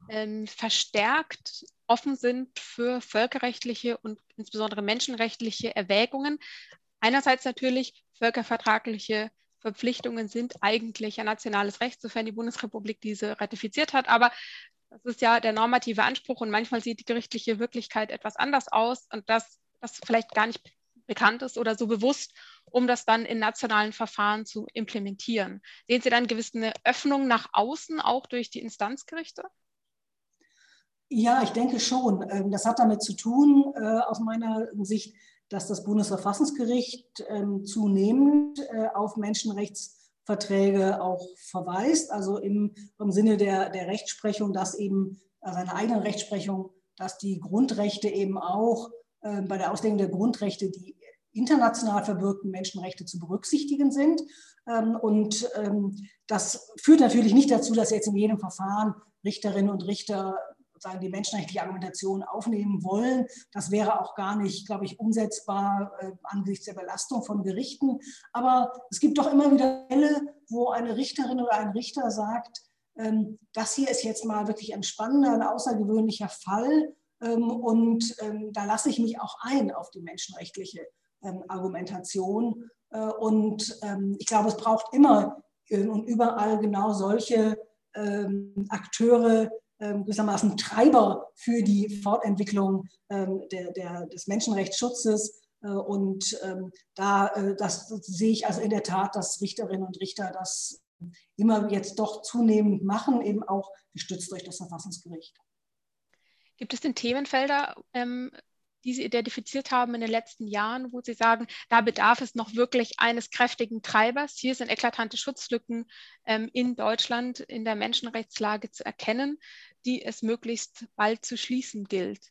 verstärkt offen sind für völkerrechtliche und insbesondere menschenrechtliche Erwägungen? Einerseits natürlich völkervertragliche Verpflichtungen sind eigentlich ein nationales Recht, sofern die Bundesrepublik diese ratifiziert hat. Aber das ist ja der normative Anspruch und manchmal sieht die gerichtliche Wirklichkeit etwas anders aus und das vielleicht gar nicht bekannt ist oder so bewusst, um das dann in nationalen Verfahren zu implementieren. Sehen Sie dann gewisse Öffnung nach außen, auch durch die Instanzgerichte? Ja, ich denke schon. Das hat damit zu tun, aus meiner Sicht, dass das Bundesverfassungsgericht zunehmend auf Menschenrechtsverträge auch verweist, also im Sinne der Rechtsprechung, dass eben seiner eigenen Rechtsprechung, dass die Grundrechte eben auch bei der Auslegung der Grundrechte die international verbürgten Menschenrechte zu berücksichtigen sind. Und das führt natürlich nicht dazu, dass jetzt in jedem Verfahren Richterinnen und Richter die menschenrechtliche Argumentation aufnehmen wollen. Das wäre auch gar nicht, glaube ich, umsetzbar angesichts der Belastung von Gerichten. Aber es gibt doch immer wieder Fälle, wo eine Richterin oder ein Richter sagt, das hier ist jetzt mal wirklich ein spannender, ein außergewöhnlicher Fall und da lasse ich mich auch ein auf die menschenrechtliche Argumentation. Und ich glaube, es braucht immer und überall genau solche Akteure, gewissermaßen Treiber für die Fortentwicklung des Menschenrechtsschutzes. Und das sehe ich also in der Tat, dass Richterinnen und Richter das immer jetzt doch zunehmend machen, eben auch gestützt durch das Verfassungsgericht. Gibt es denn Themenfelder, die Sie identifiziert haben in den letzten Jahren, wo Sie sagen, da bedarf es noch wirklich eines kräftigen Treibers? Hier sind eklatante Schutzlücken in Deutschland in der Menschenrechtslage zu erkennen, die es möglichst bald zu schließen gilt.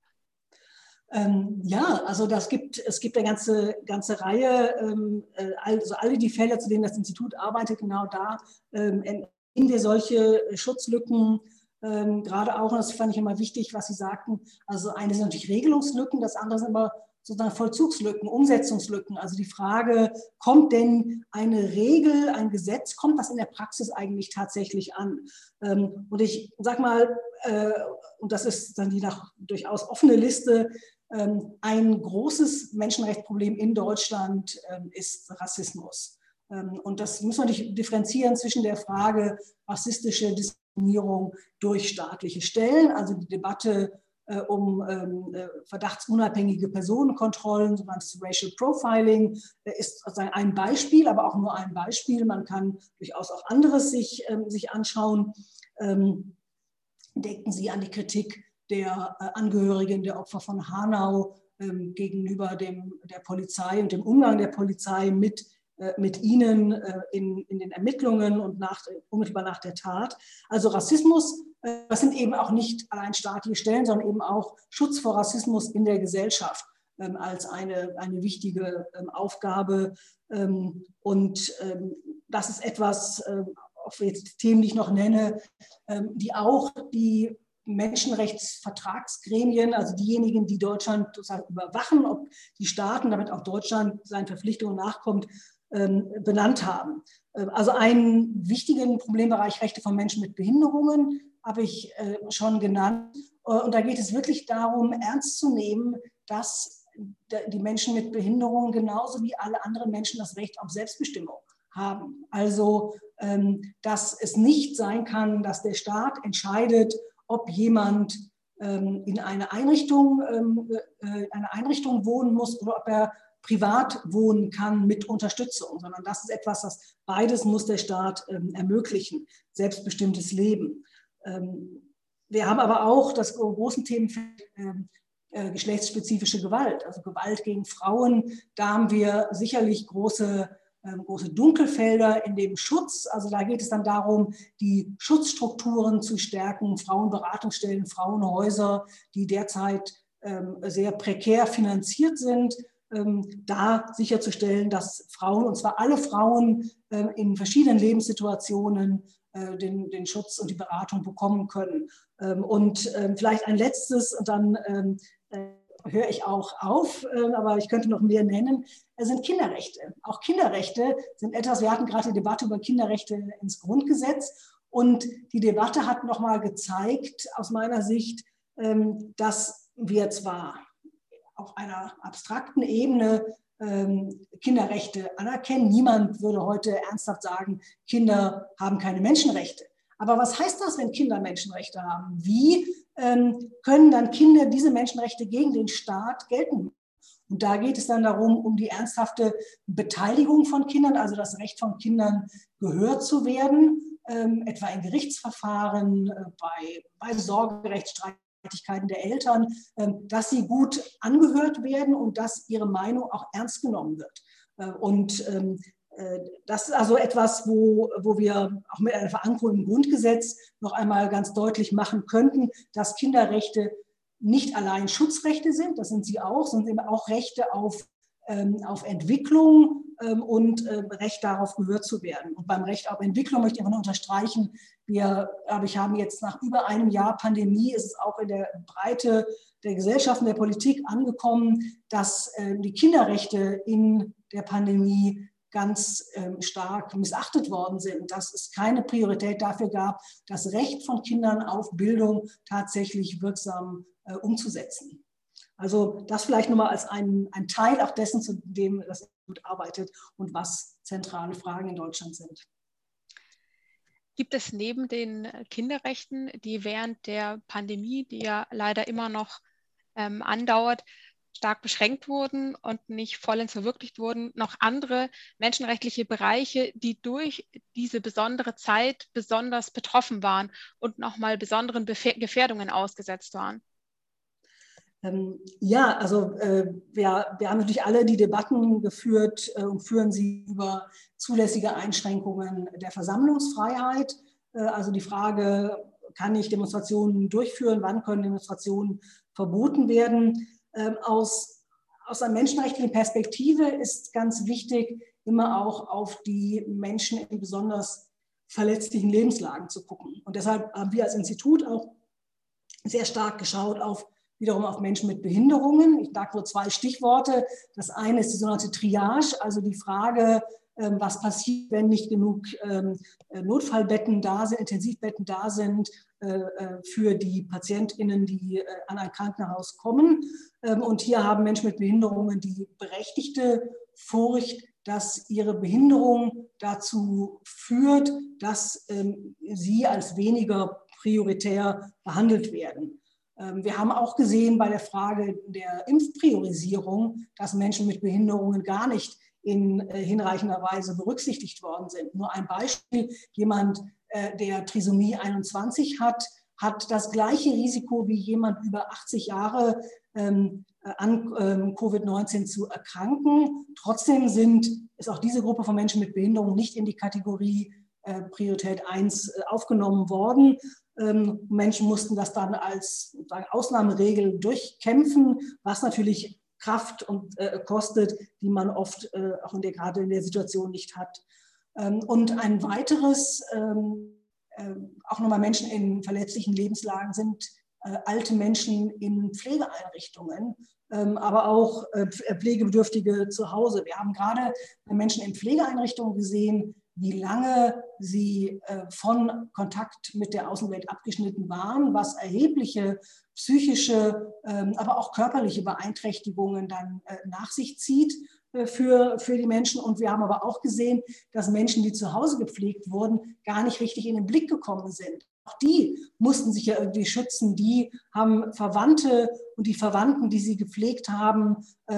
Ja, also es gibt eine ganze Reihe, also alle die Fälle, zu denen das Institut arbeitet, genau da in wir solche Schutzlücken, gerade auch, und das fand ich immer wichtig, was Sie sagten, also eine sind natürlich Regelungslücken, das andere sind aber sozusagen Vollzugslücken, Umsetzungslücken. Also die Frage, kommt denn eine Regel, ein Gesetz, kommt das in der Praxis eigentlich tatsächlich an? Und ich sage mal, und das ist dann die durchaus offene Liste, ein großes Menschenrechtsproblem in Deutschland ist Rassismus. Und das muss man differenzieren zwischen der Frage rassistische Diskriminierung Diskriminierung durch staatliche Stellen, also die Debatte um verdachtsunabhängige Personenkontrollen, sogenanntes Racial Profiling, ist sozusagen ein Beispiel, aber auch nur ein Beispiel. Man kann durchaus auch anderes sich anschauen. Denken Sie an die Kritik der Angehörigen der Opfer von Hanau gegenüber der Polizei und dem Umgang der Polizei mit ihnen in den Ermittlungen und unmittelbar nach der Tat. Also Rassismus, das sind eben auch nicht allein staatliche Stellen, sondern eben auch Schutz vor Rassismus in der Gesellschaft als eine wichtige Aufgabe. Und das ist etwas, auch jetzt Themen, die ich noch nenne, die auch die Menschenrechtsvertragsgremien, also diejenigen, die Deutschland sozusagen überwachen, ob die Staaten, damit auch Deutschland seinen Verpflichtungen nachkommt, benannt haben. Also einen wichtigen Problembereich Rechte von Menschen mit Behinderungen habe ich schon genannt. Und da geht es wirklich darum, ernst zu nehmen, dass die Menschen mit Behinderungen genauso wie alle anderen Menschen das Recht auf Selbstbestimmung haben. Also, dass es nicht sein kann, dass der Staat entscheidet, ob jemand in eine Einrichtung wohnen muss oder ob er privat wohnen kann mit Unterstützung, sondern das ist etwas, das beides muss der Staat ermöglichen, selbstbestimmtes Leben. Wir haben aber auch das große Themenfeld geschlechtsspezifische Gewalt, also Gewalt gegen Frauen. Da haben wir sicherlich große Dunkelfelder in dem Schutz. Also da geht es dann darum, die Schutzstrukturen zu stärken, Frauenberatungsstellen, Frauenhäuser, die derzeit sehr prekär finanziert sind, da sicherzustellen, dass Frauen, und zwar alle Frauen in verschiedenen Lebenssituationen, den Schutz und die Beratung bekommen können. Und vielleicht ein letztes, und dann höre ich auch auf, aber ich könnte noch mehr nennen, sind Kinderrechte. Auch Kinderrechte sind etwas, wir hatten gerade die Debatte über Kinderrechte ins Grundgesetz, und die Debatte hat nochmal gezeigt, aus meiner Sicht, dass wir zwar auf einer abstrakten Ebene Kinderrechte anerkennen. Niemand würde heute ernsthaft sagen, Kinder haben keine Menschenrechte. Aber was heißt das, wenn Kinder Menschenrechte haben? Wie können dann Kinder diese Menschenrechte gegen den Staat geltend? Und da geht es dann darum, um die ernsthafte Beteiligung von Kindern, also das Recht von Kindern gehört zu werden, etwa in Gerichtsverfahren, bei Sorgerechtsstreitigkeiten der Eltern, dass sie gut angehört werden und dass ihre Meinung auch ernst genommen wird. Und das ist also etwas, wo wir auch mit einer Verankerung im Grundgesetz noch einmal ganz deutlich machen könnten, dass Kinderrechte nicht allein Schutzrechte sind, das sind sie auch, sondern eben auch Rechte auf Entwicklung und Recht darauf gehört zu werden. Und beim Recht auf Entwicklung möchte ich einfach nur unterstreichen, wir haben jetzt nach über einem Jahr Pandemie, ist es auch in der Breite der Gesellschaft und der Politik angekommen, dass die Kinderrechte in der Pandemie ganz stark missachtet worden sind, dass es keine Priorität dafür gab, das Recht von Kindern auf Bildung tatsächlich wirksam umzusetzen. Also das vielleicht nochmal als ein Teil auch dessen, zu dem das Institut arbeitet und was zentrale Fragen in Deutschland sind. Gibt es neben den Kinderrechten, die während der Pandemie, die ja leider immer noch andauert, stark beschränkt wurden und nicht vollends verwirklicht wurden, noch andere menschenrechtliche Bereiche, die durch diese besondere Zeit besonders betroffen waren und nochmal besonderen Gefährdungen ausgesetzt waren? Ja, also wir haben natürlich alle die Debatten geführt und führen sie über zulässige Einschränkungen der Versammlungsfreiheit. Also die Frage, kann ich Demonstrationen durchführen, wann können Demonstrationen verboten werden? Aus einer menschenrechtlichen Perspektive ist ganz wichtig, immer auch auf die Menschen in besonders verletzlichen Lebenslagen zu gucken. Und deshalb haben wir als Institut auch sehr stark geschaut wiederum auf Menschen mit Behinderungen. Ich sage nur zwei Stichworte. Das eine ist die sogenannte Triage, also die Frage, was passiert, wenn nicht genug Notfallbetten da sind, Intensivbetten da sind für die PatientInnen, die an ein Krankenhaus kommen. Und hier haben Menschen mit Behinderungen die berechtigte Furcht, dass ihre Behinderung dazu führt, dass sie als weniger prioritär behandelt werden. Wir haben auch gesehen bei der Frage der Impfpriorisierung, dass Menschen mit Behinderungen gar nicht in hinreichender Weise berücksichtigt worden sind. Nur ein Beispiel: Jemand, der Trisomie 21 hat das gleiche Risiko wie jemand über 80 Jahre an Covid-19 zu erkranken. Trotzdem ist auch diese Gruppe von Menschen mit Behinderung nicht in die Kategorie Priorität 1 aufgenommen worden. Menschen mussten das dann als sozusagen Ausnahmeregel durchkämpfen, was natürlich Kraft und kostet, die man oft auch gerade in der Situation nicht hat. Und ein weiteres, auch nochmal Menschen in verletzlichen Lebenslagen sind alte Menschen in Pflegeeinrichtungen, aber auch Pflegebedürftige zu Hause. Wir haben gerade bei Menschen in Pflegeeinrichtungen gesehen, wie lange sie von Kontakt mit der Außenwelt abgeschnitten waren, was erhebliche psychische, aber auch körperliche Beeinträchtigungen dann nach sich zieht für die Menschen. Und wir haben aber auch gesehen, dass Menschen, die zu Hause gepflegt wurden, gar nicht richtig in den Blick gekommen sind. Auch die mussten sich ja irgendwie schützen. Die haben Verwandte, und die Verwandten, die sie gepflegt haben,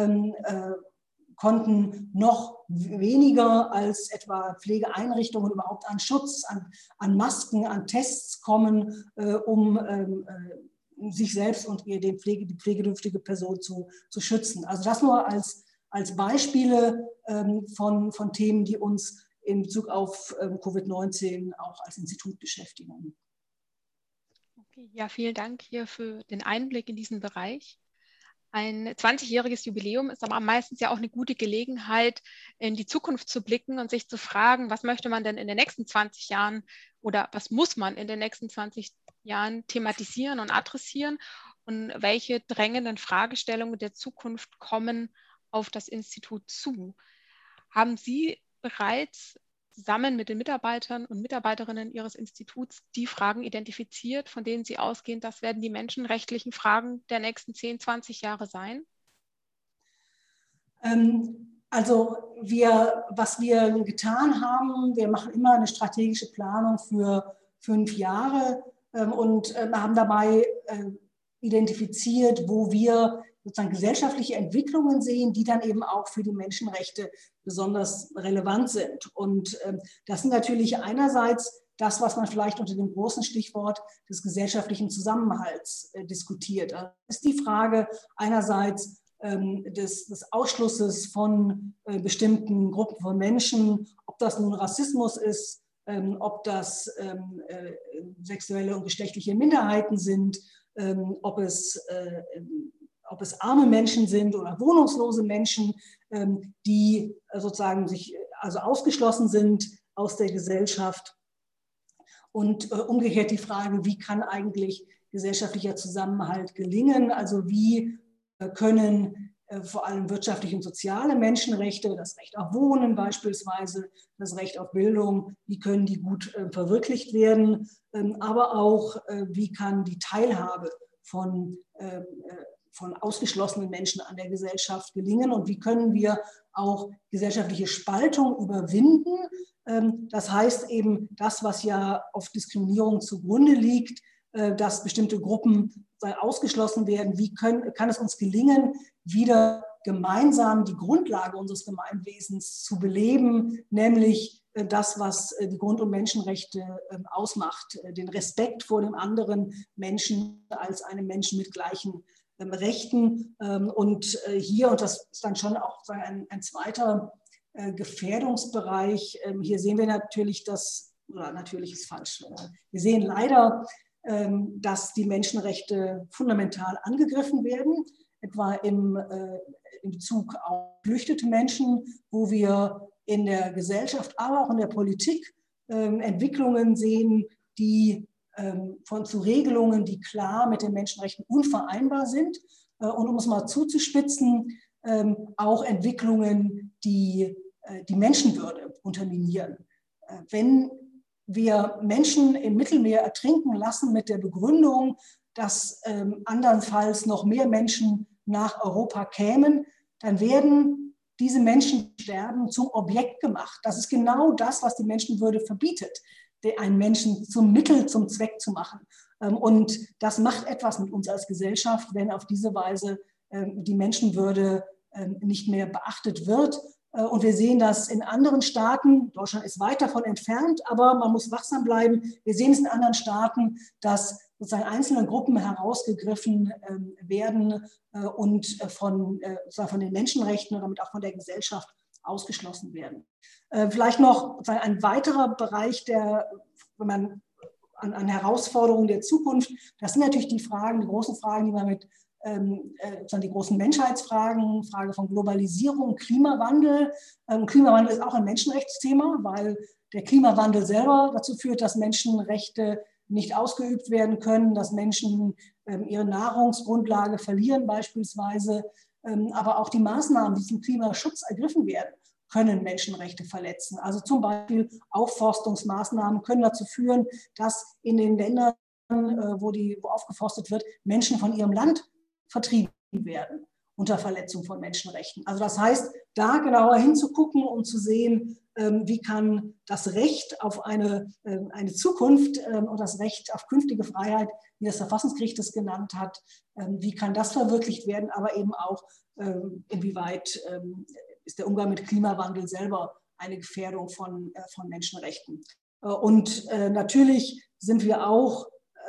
konnten noch weniger als etwa Pflegeeinrichtungen überhaupt an Schutz, an Masken, an Tests kommen, um sich selbst und die pflegedürftige Person zu schützen. Also das nur als Beispiele von Themen, die uns in Bezug auf Covid-19 auch als Institut beschäftigen. Okay, ja, vielen Dank hier für den Einblick in diesen Bereich. Ein 20-jähriges Jubiläum ist aber meistens ja auch eine gute Gelegenheit, in die Zukunft zu blicken und sich zu fragen, was möchte man denn in den nächsten 20 Jahren oder was muss man in den nächsten 20 Jahren thematisieren und adressieren und welche drängenden Fragestellungen der Zukunft kommen auf das Institut zu. Haben Sie bereits zusammen mit den Mitarbeitern und Mitarbeiterinnen Ihres Instituts die Fragen identifiziert, von denen Sie ausgehen, das werden die menschenrechtlichen Fragen der nächsten 10, 20 Jahre sein? Also was wir getan haben, wir machen immer eine strategische Planung für 5 Jahre und haben dabei identifiziert, wo wir sozusagen gesellschaftliche Entwicklungen sehen, die dann eben auch für die Menschenrechte besonders relevant sind. Und das sind natürlich einerseits das, was man vielleicht unter dem großen Stichwort des gesellschaftlichen Zusammenhalts diskutiert. Das ist die Frage einerseits des Ausschlusses von bestimmten Gruppen von Menschen, ob das nun Rassismus ist, ob das sexuelle und geschlechtliche Minderheiten sind, ob es arme Menschen sind oder wohnungslose Menschen, die sozusagen also ausgeschlossen sind aus der Gesellschaft. Und umgekehrt die Frage, wie kann eigentlich gesellschaftlicher Zusammenhalt gelingen? Also wie können vor allem wirtschaftliche und soziale Menschenrechte, das Recht auf Wohnen beispielsweise, das Recht auf Bildung, wie können die gut verwirklicht werden? Aber auch, wie kann die Teilhabe von ausgeschlossenen Menschen an der Gesellschaft gelingen und wie können wir auch gesellschaftliche Spaltung überwinden. Das heißt eben, das, was ja auf Diskriminierung zugrunde liegt, dass bestimmte Gruppen ausgeschlossen werden, wie kann es uns gelingen, wieder gemeinsam die Grundlage unseres Gemeinwesens zu beleben, nämlich das, was die Grund- und Menschenrechte ausmacht, den Respekt vor dem anderen Menschen als einem Menschen mit gleichen Rechten. Und hier, und das ist dann schon auch ein zweiter Gefährdungsbereich, hier sehen wir natürlich, natürlich ist falsch, wir sehen leider, dass die Menschenrechte fundamental angegriffen werden, etwa in Bezug auf geflüchtete Menschen, wo wir in der Gesellschaft, aber auch in der Politik Entwicklungen sehen, die zu Regelungen, die klar mit den Menschenrechten unvereinbar sind. Und um es mal zuzuspitzen, auch Entwicklungen, die die Menschenwürde unterminieren. Wenn wir Menschen im Mittelmeer ertrinken lassen mit der Begründung, dass andernfalls noch mehr Menschen nach Europa kämen, dann werden diese Menschensterben zum Objekt gemacht. Das ist genau das, was die Menschenwürde verbietet, einen Menschen zum Mittel, zum Zweck zu machen. Und das macht etwas mit uns als Gesellschaft, wenn auf diese Weise die Menschenwürde nicht mehr beachtet wird. Und wir sehen das in anderen Staaten. Deutschland ist weit davon entfernt, aber man muss wachsam bleiben. Wir sehen es in anderen Staaten, dass sozusagen einzelne Gruppen herausgegriffen werden und von den Menschenrechten und damit auch von der Gesellschaft ausgeschlossen werden. Vielleicht noch ein weiterer Bereich, wenn man an Herausforderungen der Zukunft, das sind natürlich die großen Fragen, die man mit die großen Menschheitsfragen, Frage von Globalisierung, Klimawandel. Klimawandel ist auch ein Menschenrechtsthema, weil der Klimawandel selber dazu führt, dass Menschenrechte nicht ausgeübt werden können, dass Menschen ihre Nahrungsgrundlage verlieren beispielsweise. Aber auch die Maßnahmen, die zum Klimaschutz ergriffen werden, können Menschenrechte verletzen. Also zum Beispiel Aufforstungsmaßnahmen können dazu führen, dass in den Ländern, wo aufgeforstet wird, Menschen von ihrem Land vertrieben werden unter Verletzung von Menschenrechten. Also das heißt, da genauer hinzugucken und zu sehen, wie kann das Recht auf eine Zukunft und das Recht auf künftige Freiheit, wie das Verfassungsgericht es genannt hat, wie kann das verwirklicht werden, aber eben auch, inwieweit ist der Umgang mit Klimawandel selber eine Gefährdung von Menschenrechten. Und natürlich sind wir auch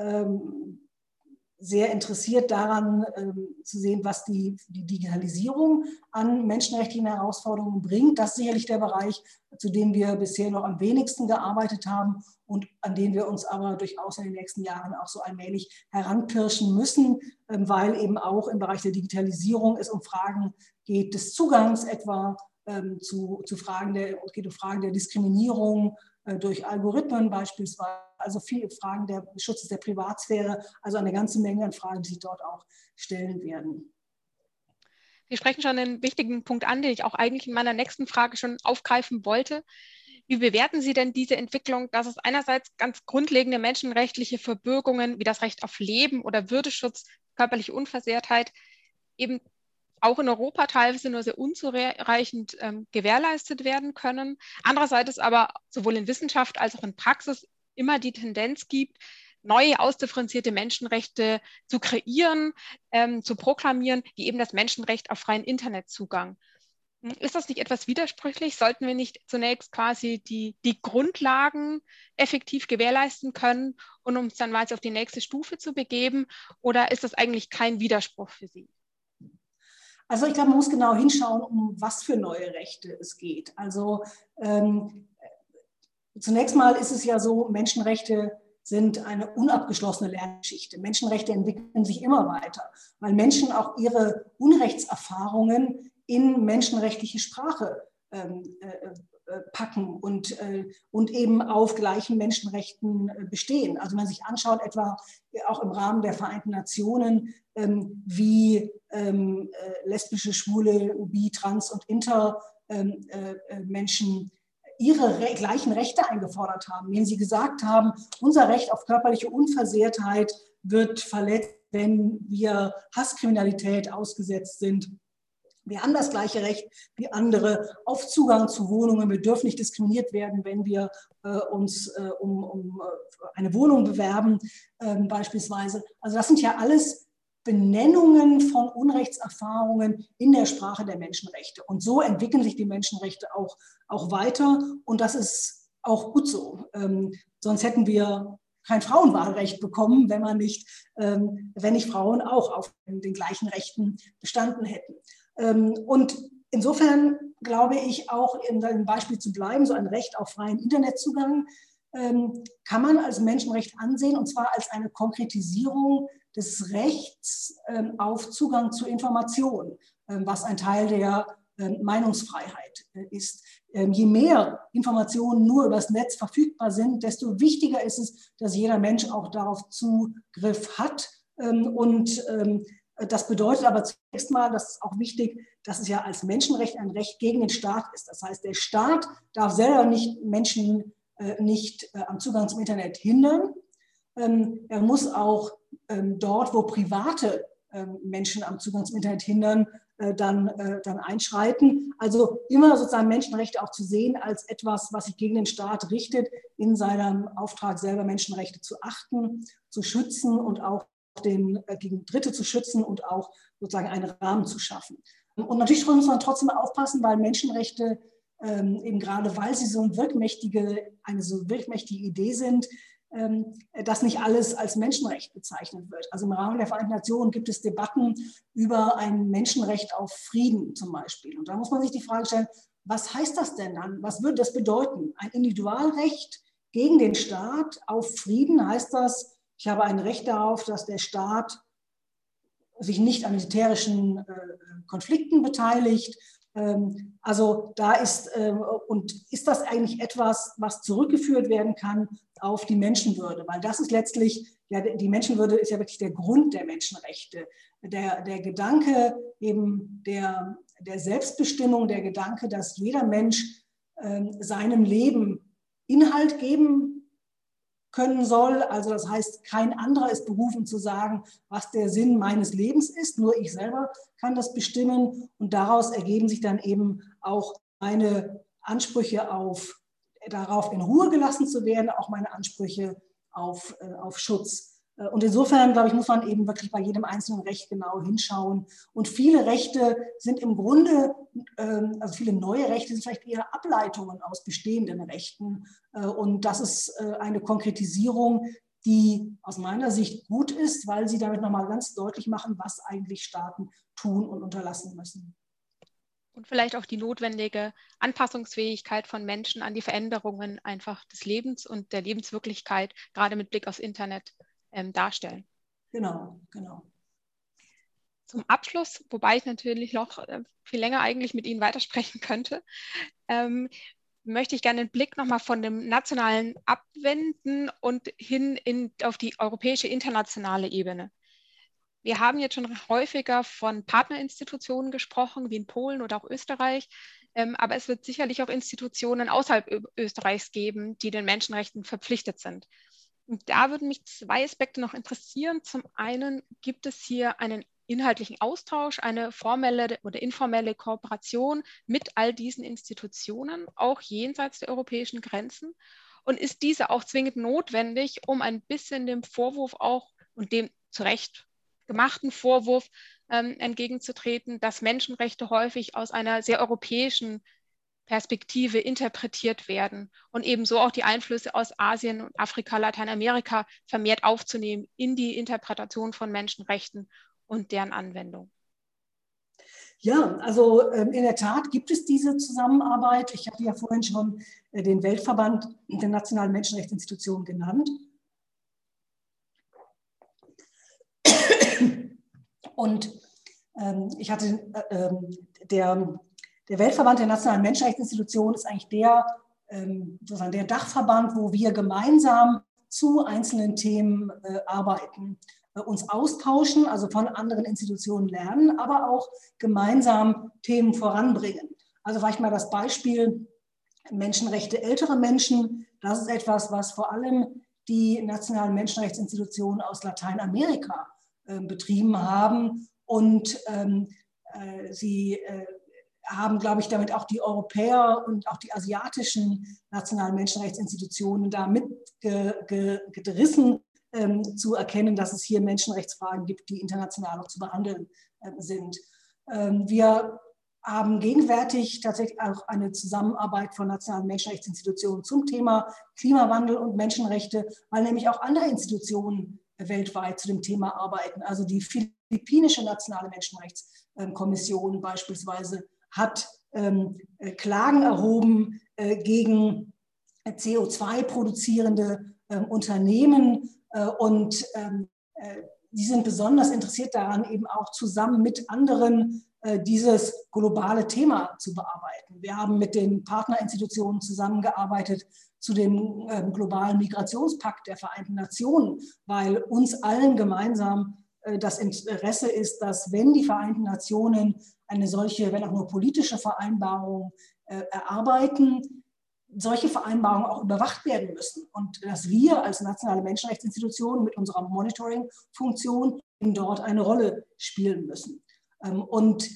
sehr interessiert daran zu sehen, was die Digitalisierung an menschenrechtlichen Herausforderungen bringt. Das ist sicherlich der Bereich, zu dem wir bisher noch am wenigsten gearbeitet haben und an den wir uns aber durchaus in den nächsten Jahren auch so allmählich heranpirschen müssen, weil eben auch im Bereich der Digitalisierung es um Fragen geht des Zugangs etwa zu Fragen geht um Fragen der Diskriminierung durch Algorithmen beispielsweise, also viele Fragen des Schutzes der Privatsphäre, also eine ganze Menge an Fragen, die sich dort auch stellen werden. Sie sprechen schon einen wichtigen Punkt an, den ich auch eigentlich in meiner nächsten Frage schon aufgreifen wollte. Wie bewerten Sie denn diese Entwicklung, dass es einerseits ganz grundlegende menschenrechtliche Verbürgungen wie das Recht auf Leben oder Würdeschutz, körperliche Unversehrtheit eben auch in Europa teilweise nur sehr unzureichend gewährleistet werden können. Andererseits aber sowohl in Wissenschaft als auch in Praxis immer die Tendenz gibt, neue ausdifferenzierte Menschenrechte zu kreieren, zu proklamieren, wie eben das Menschenrecht auf freien Internetzugang. Ist das nicht etwas widersprüchlich? Sollten wir nicht zunächst quasi die Grundlagen effektiv gewährleisten können und uns dann mal auf die nächste Stufe zu begeben? Oder ist das eigentlich kein Widerspruch für Sie? Also ich glaube, man muss genau hinschauen, um was für neue Rechte es geht. Also zunächst mal ist es ja so, Menschenrechte sind eine unabgeschlossene Lerngeschichte. Menschenrechte entwickeln sich immer weiter, weil Menschen auch ihre Unrechtserfahrungen in menschenrechtliche Sprache packen und eben auf gleichen Menschenrechten bestehen. Also wenn man sich anschaut, etwa auch im Rahmen der Vereinten Nationen, wie lesbische, schwule, bi, trans und inter Menschen ihre gleichen Rechte eingefordert haben, indem sie gesagt haben, unser Recht auf körperliche Unversehrtheit wird verletzt, wenn wir Hasskriminalität ausgesetzt sind. Wir haben das gleiche Recht wie andere auf Zugang zu Wohnungen. Wir dürfen nicht diskriminiert werden, wenn wir uns um eine Wohnung bewerben, beispielsweise. Also das sind ja alles Benennungen von Unrechtserfahrungen in der Sprache der Menschenrechte. Und so entwickeln sich die Menschenrechte auch weiter. Und das ist auch gut so. Sonst hätten wir kein Frauenwahlrecht bekommen, wenn nicht Frauen auch auf den gleichen Rechten bestanden hätten. Und insofern glaube ich auch, in einem Beispiel zu bleiben, so ein Recht auf freien Internetzugang kann man als Menschenrecht ansehen, und zwar als eine Konkretisierung des Rechts auf Zugang zu Informationen, was ein Teil der Meinungsfreiheit ist. Je mehr Informationen nur übers Netz verfügbar sind, desto wichtiger ist es, dass jeder Mensch auch darauf Zugriff hat. Das bedeutet aber zunächst mal, das ist auch wichtig, dass es ja als Menschenrecht ein Recht gegen den Staat ist. Das heißt, der Staat darf selber nicht Menschen nicht am Zugang zum Internet hindern. Er muss auch dort, wo private Menschen am Zugang zum Internet hindern, dann einschreiten. Also immer sozusagen Menschenrechte auch zu sehen als etwas, was sich gegen den Staat richtet, in seinem Auftrag selber Menschenrechte zu achten, zu schützen und auch gegen Dritte zu schützen und auch sozusagen einen Rahmen zu schaffen. Und natürlich muss man trotzdem aufpassen, weil Menschenrechte eben gerade, weil sie eine so wirkmächtige Idee sind, dass nicht alles als Menschenrecht bezeichnet wird. Also im Rahmen der Vereinten Nationen gibt es Debatten über ein Menschenrecht auf Frieden zum Beispiel. Und da muss man sich die Frage stellen, was heißt das denn dann? Was würde das bedeuten? Ein Individualrecht gegen den Staat auf Frieden, heißt das, ich habe ein Recht darauf, dass der Staat sich nicht an militärischen Konflikten beteiligt. Also da ist das eigentlich etwas, was zurückgeführt werden kann auf die Menschenwürde, weil das ist letztlich, ja, die Menschenwürde ist ja wirklich der Grund der Menschenrechte. Der Gedanke eben der Selbstbestimmung, der Gedanke, dass jeder Mensch seinem Leben Inhalt geben können soll. Also das heißt, kein anderer ist berufen zu sagen, was der Sinn meines Lebens ist. Nur ich selber kann das bestimmen. Und daraus ergeben sich dann eben auch meine Ansprüche darauf in Ruhe gelassen zu werden, auch meine Ansprüche auf Schutz. Und insofern, glaube ich, muss man eben wirklich bei jedem einzelnen Recht genau hinschauen. Und viele Rechte sind im Grunde, also viele neue Rechte sind vielleicht eher Ableitungen aus bestehenden Rechten. Und das ist eine Konkretisierung, die aus meiner Sicht gut ist, weil sie damit nochmal ganz deutlich machen, was eigentlich Staaten tun und unterlassen müssen. Und vielleicht auch die notwendige Anpassungsfähigkeit von Menschen an die Veränderungen einfach des Lebens und der Lebenswirklichkeit, gerade mit Blick aufs Internet, darstellen. Genau. Zum Abschluss, wobei ich natürlich noch viel länger eigentlich mit Ihnen weitersprechen könnte, möchte ich gerne den Blick nochmal von dem Nationalen abwenden und hin auf die europäische internationale Ebene. Wir haben jetzt schon häufiger von Partnerinstitutionen gesprochen, wie in Polen oder auch Österreich, aber es wird sicherlich auch Institutionen außerhalb Österreichs geben, die den Menschenrechten verpflichtet sind. Und da würden mich zwei Aspekte noch interessieren. Zum einen, gibt es hier einen inhaltlichen Austausch, eine formelle oder informelle Kooperation mit all diesen Institutionen, auch jenseits der europäischen Grenzen? Und ist diese auch zwingend notwendig, um ein bisschen dem Vorwurf auch und dem zu Recht gemachten Vorwurf entgegenzutreten, dass Menschenrechte häufig aus einer sehr europäischen Perspektive interpretiert werden und ebenso auch die Einflüsse aus Asien und Afrika, Lateinamerika vermehrt aufzunehmen in die Interpretation von Menschenrechten und deren Anwendung? Ja, also in der Tat gibt es diese Zusammenarbeit. Ich hatte ja vorhin schon den Weltverband der nationalen Menschenrechtsinstitutionen genannt. Und ich hatte der Weltverband der nationalen Menschenrechtsinstitutionen ist eigentlich sozusagen der Dachverband, wo wir gemeinsam zu einzelnen Themen arbeiten, uns austauschen, also von anderen Institutionen lernen, aber auch gemeinsam Themen voranbringen. Also vielleicht mal das Beispiel Menschenrechte älterer Menschen. Das ist etwas, was vor allem die nationalen Menschenrechtsinstitutionen aus Lateinamerika betrieben haben. Und sie haben, glaube ich, damit auch die Europäer und auch die asiatischen nationalen Menschenrechtsinstitutionen da mitgerissen, zu erkennen, dass es hier Menschenrechtsfragen gibt, die international auch zu behandeln sind. Wir haben gegenwärtig tatsächlich auch eine Zusammenarbeit von nationalen Menschenrechtsinstitutionen zum Thema Klimawandel und Menschenrechte, weil nämlich auch andere Institutionen weltweit zu dem Thema arbeiten. Also die philippinische nationale Menschenrechtskommission beispielsweise hat Klagen erhoben gegen CO2-produzierende Unternehmen und die sind besonders interessiert daran, eben auch zusammen mit anderen dieses globale Thema zu bearbeiten. Wir haben mit den Partnerinstitutionen zusammengearbeitet zu dem globalen Migrationspakt der Vereinten Nationen, weil uns allen gemeinsam das Interesse ist, dass wenn die Vereinten Nationen eine solche, wenn auch nur politische Vereinbarung erarbeiten, solche Vereinbarungen auch überwacht werden müssen und dass wir als nationale Menschenrechtsinstitutionen mit unserer Monitoring-Funktion dort eine Rolle spielen müssen. Und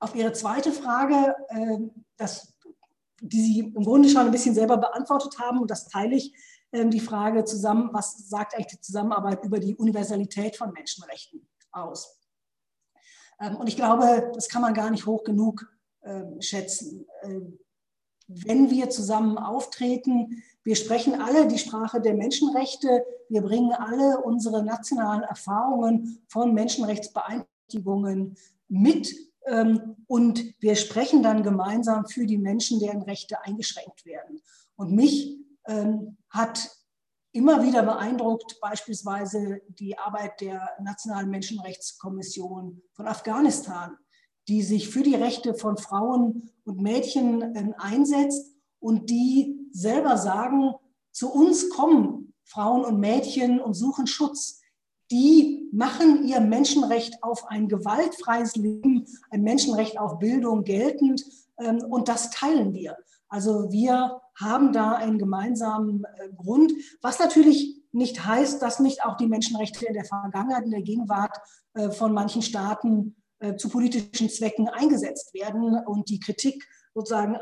Auf Ihre zweite Frage, die Sie im Grunde schon ein bisschen selber beantwortet haben, und das teile ich, die Frage zusammen, was sagt eigentlich die Zusammenarbeit über die Universalität von Menschenrechten aus? Und ich glaube, das kann man gar nicht hoch genug schätzen. Wenn wir zusammen auftreten, wir sprechen alle die Sprache der Menschenrechte, wir bringen alle unsere nationalen Erfahrungen von Menschenrechtsbeeinträchtigungen mit und wir sprechen dann gemeinsam für die Menschen, deren Rechte eingeschränkt werden. Und mich hat immer wieder beeindruckt beispielsweise die Arbeit der Nationalen Menschenrechtskommission von Afghanistan, die sich für die Rechte von Frauen und Mädchen einsetzt und die selber sagen, zu uns kommen Frauen und Mädchen und suchen Schutz. Die machen ihr Menschenrecht auf ein gewaltfreies Leben, ein Menschenrecht auf Bildung geltend und das teilen wir. Also wir haben da einen gemeinsamen Grund, was natürlich nicht heißt, dass nicht auch die Menschenrechte in der Vergangenheit, in der Gegenwart von manchen Staaten zu politischen Zwecken eingesetzt werden und die Kritik sozusagen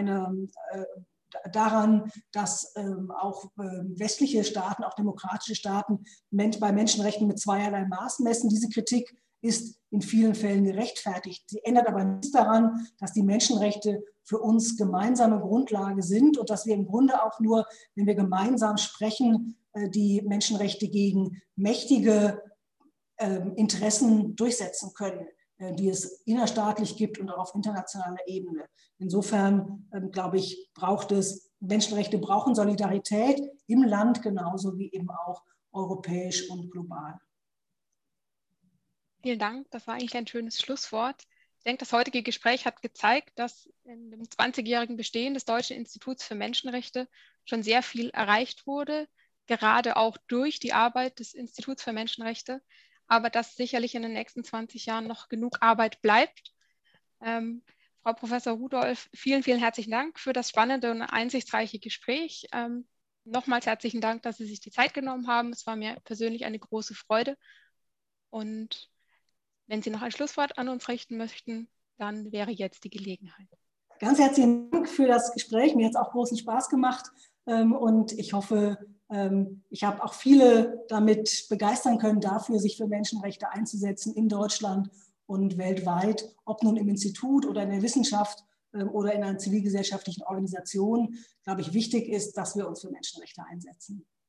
daran, dass auch westliche Staaten, auch demokratische Staaten bei Menschenrechten mit zweierlei Maß messen. Diese Kritik ist in vielen Fällen gerechtfertigt. Sie ändert aber nichts daran, dass die Menschenrechte für uns gemeinsame Grundlage sind und dass wir im Grunde auch nur, wenn wir gemeinsam sprechen, die Menschenrechte gegen mächtige Interessen durchsetzen können, die es innerstaatlich gibt und auch auf internationaler Ebene. Insofern, glaube ich, Menschenrechte brauchen Solidarität im Land genauso wie eben auch europäisch und global. Vielen Dank, das war eigentlich ein schönes Schlusswort. Ich denke, das heutige Gespräch hat gezeigt, dass in dem 20-jährigen Bestehen des Deutschen Instituts für Menschenrechte schon sehr viel erreicht wurde, gerade auch durch die Arbeit des Instituts für Menschenrechte, aber dass sicherlich in den nächsten 20 Jahren noch genug Arbeit bleibt. Frau Professor Rudolph, vielen, vielen herzlichen Dank für das spannende und einsichtsreiche Gespräch. Nochmals herzlichen Dank, dass Sie sich die Zeit genommen haben. Es war mir persönlich eine große Freude. Und wenn Sie noch ein Schlusswort an uns richten möchten, dann wäre jetzt die Gelegenheit. Ganz herzlichen Dank für das Gespräch. Mir hat es auch großen Spaß gemacht und ich hoffe, ich habe auch viele damit begeistern können, dafür sich für Menschenrechte einzusetzen in Deutschland und weltweit, ob nun im Institut oder in der Wissenschaft oder in einer zivilgesellschaftlichen Organisation, glaube ich, wichtig ist, dass wir uns für Menschenrechte einsetzen.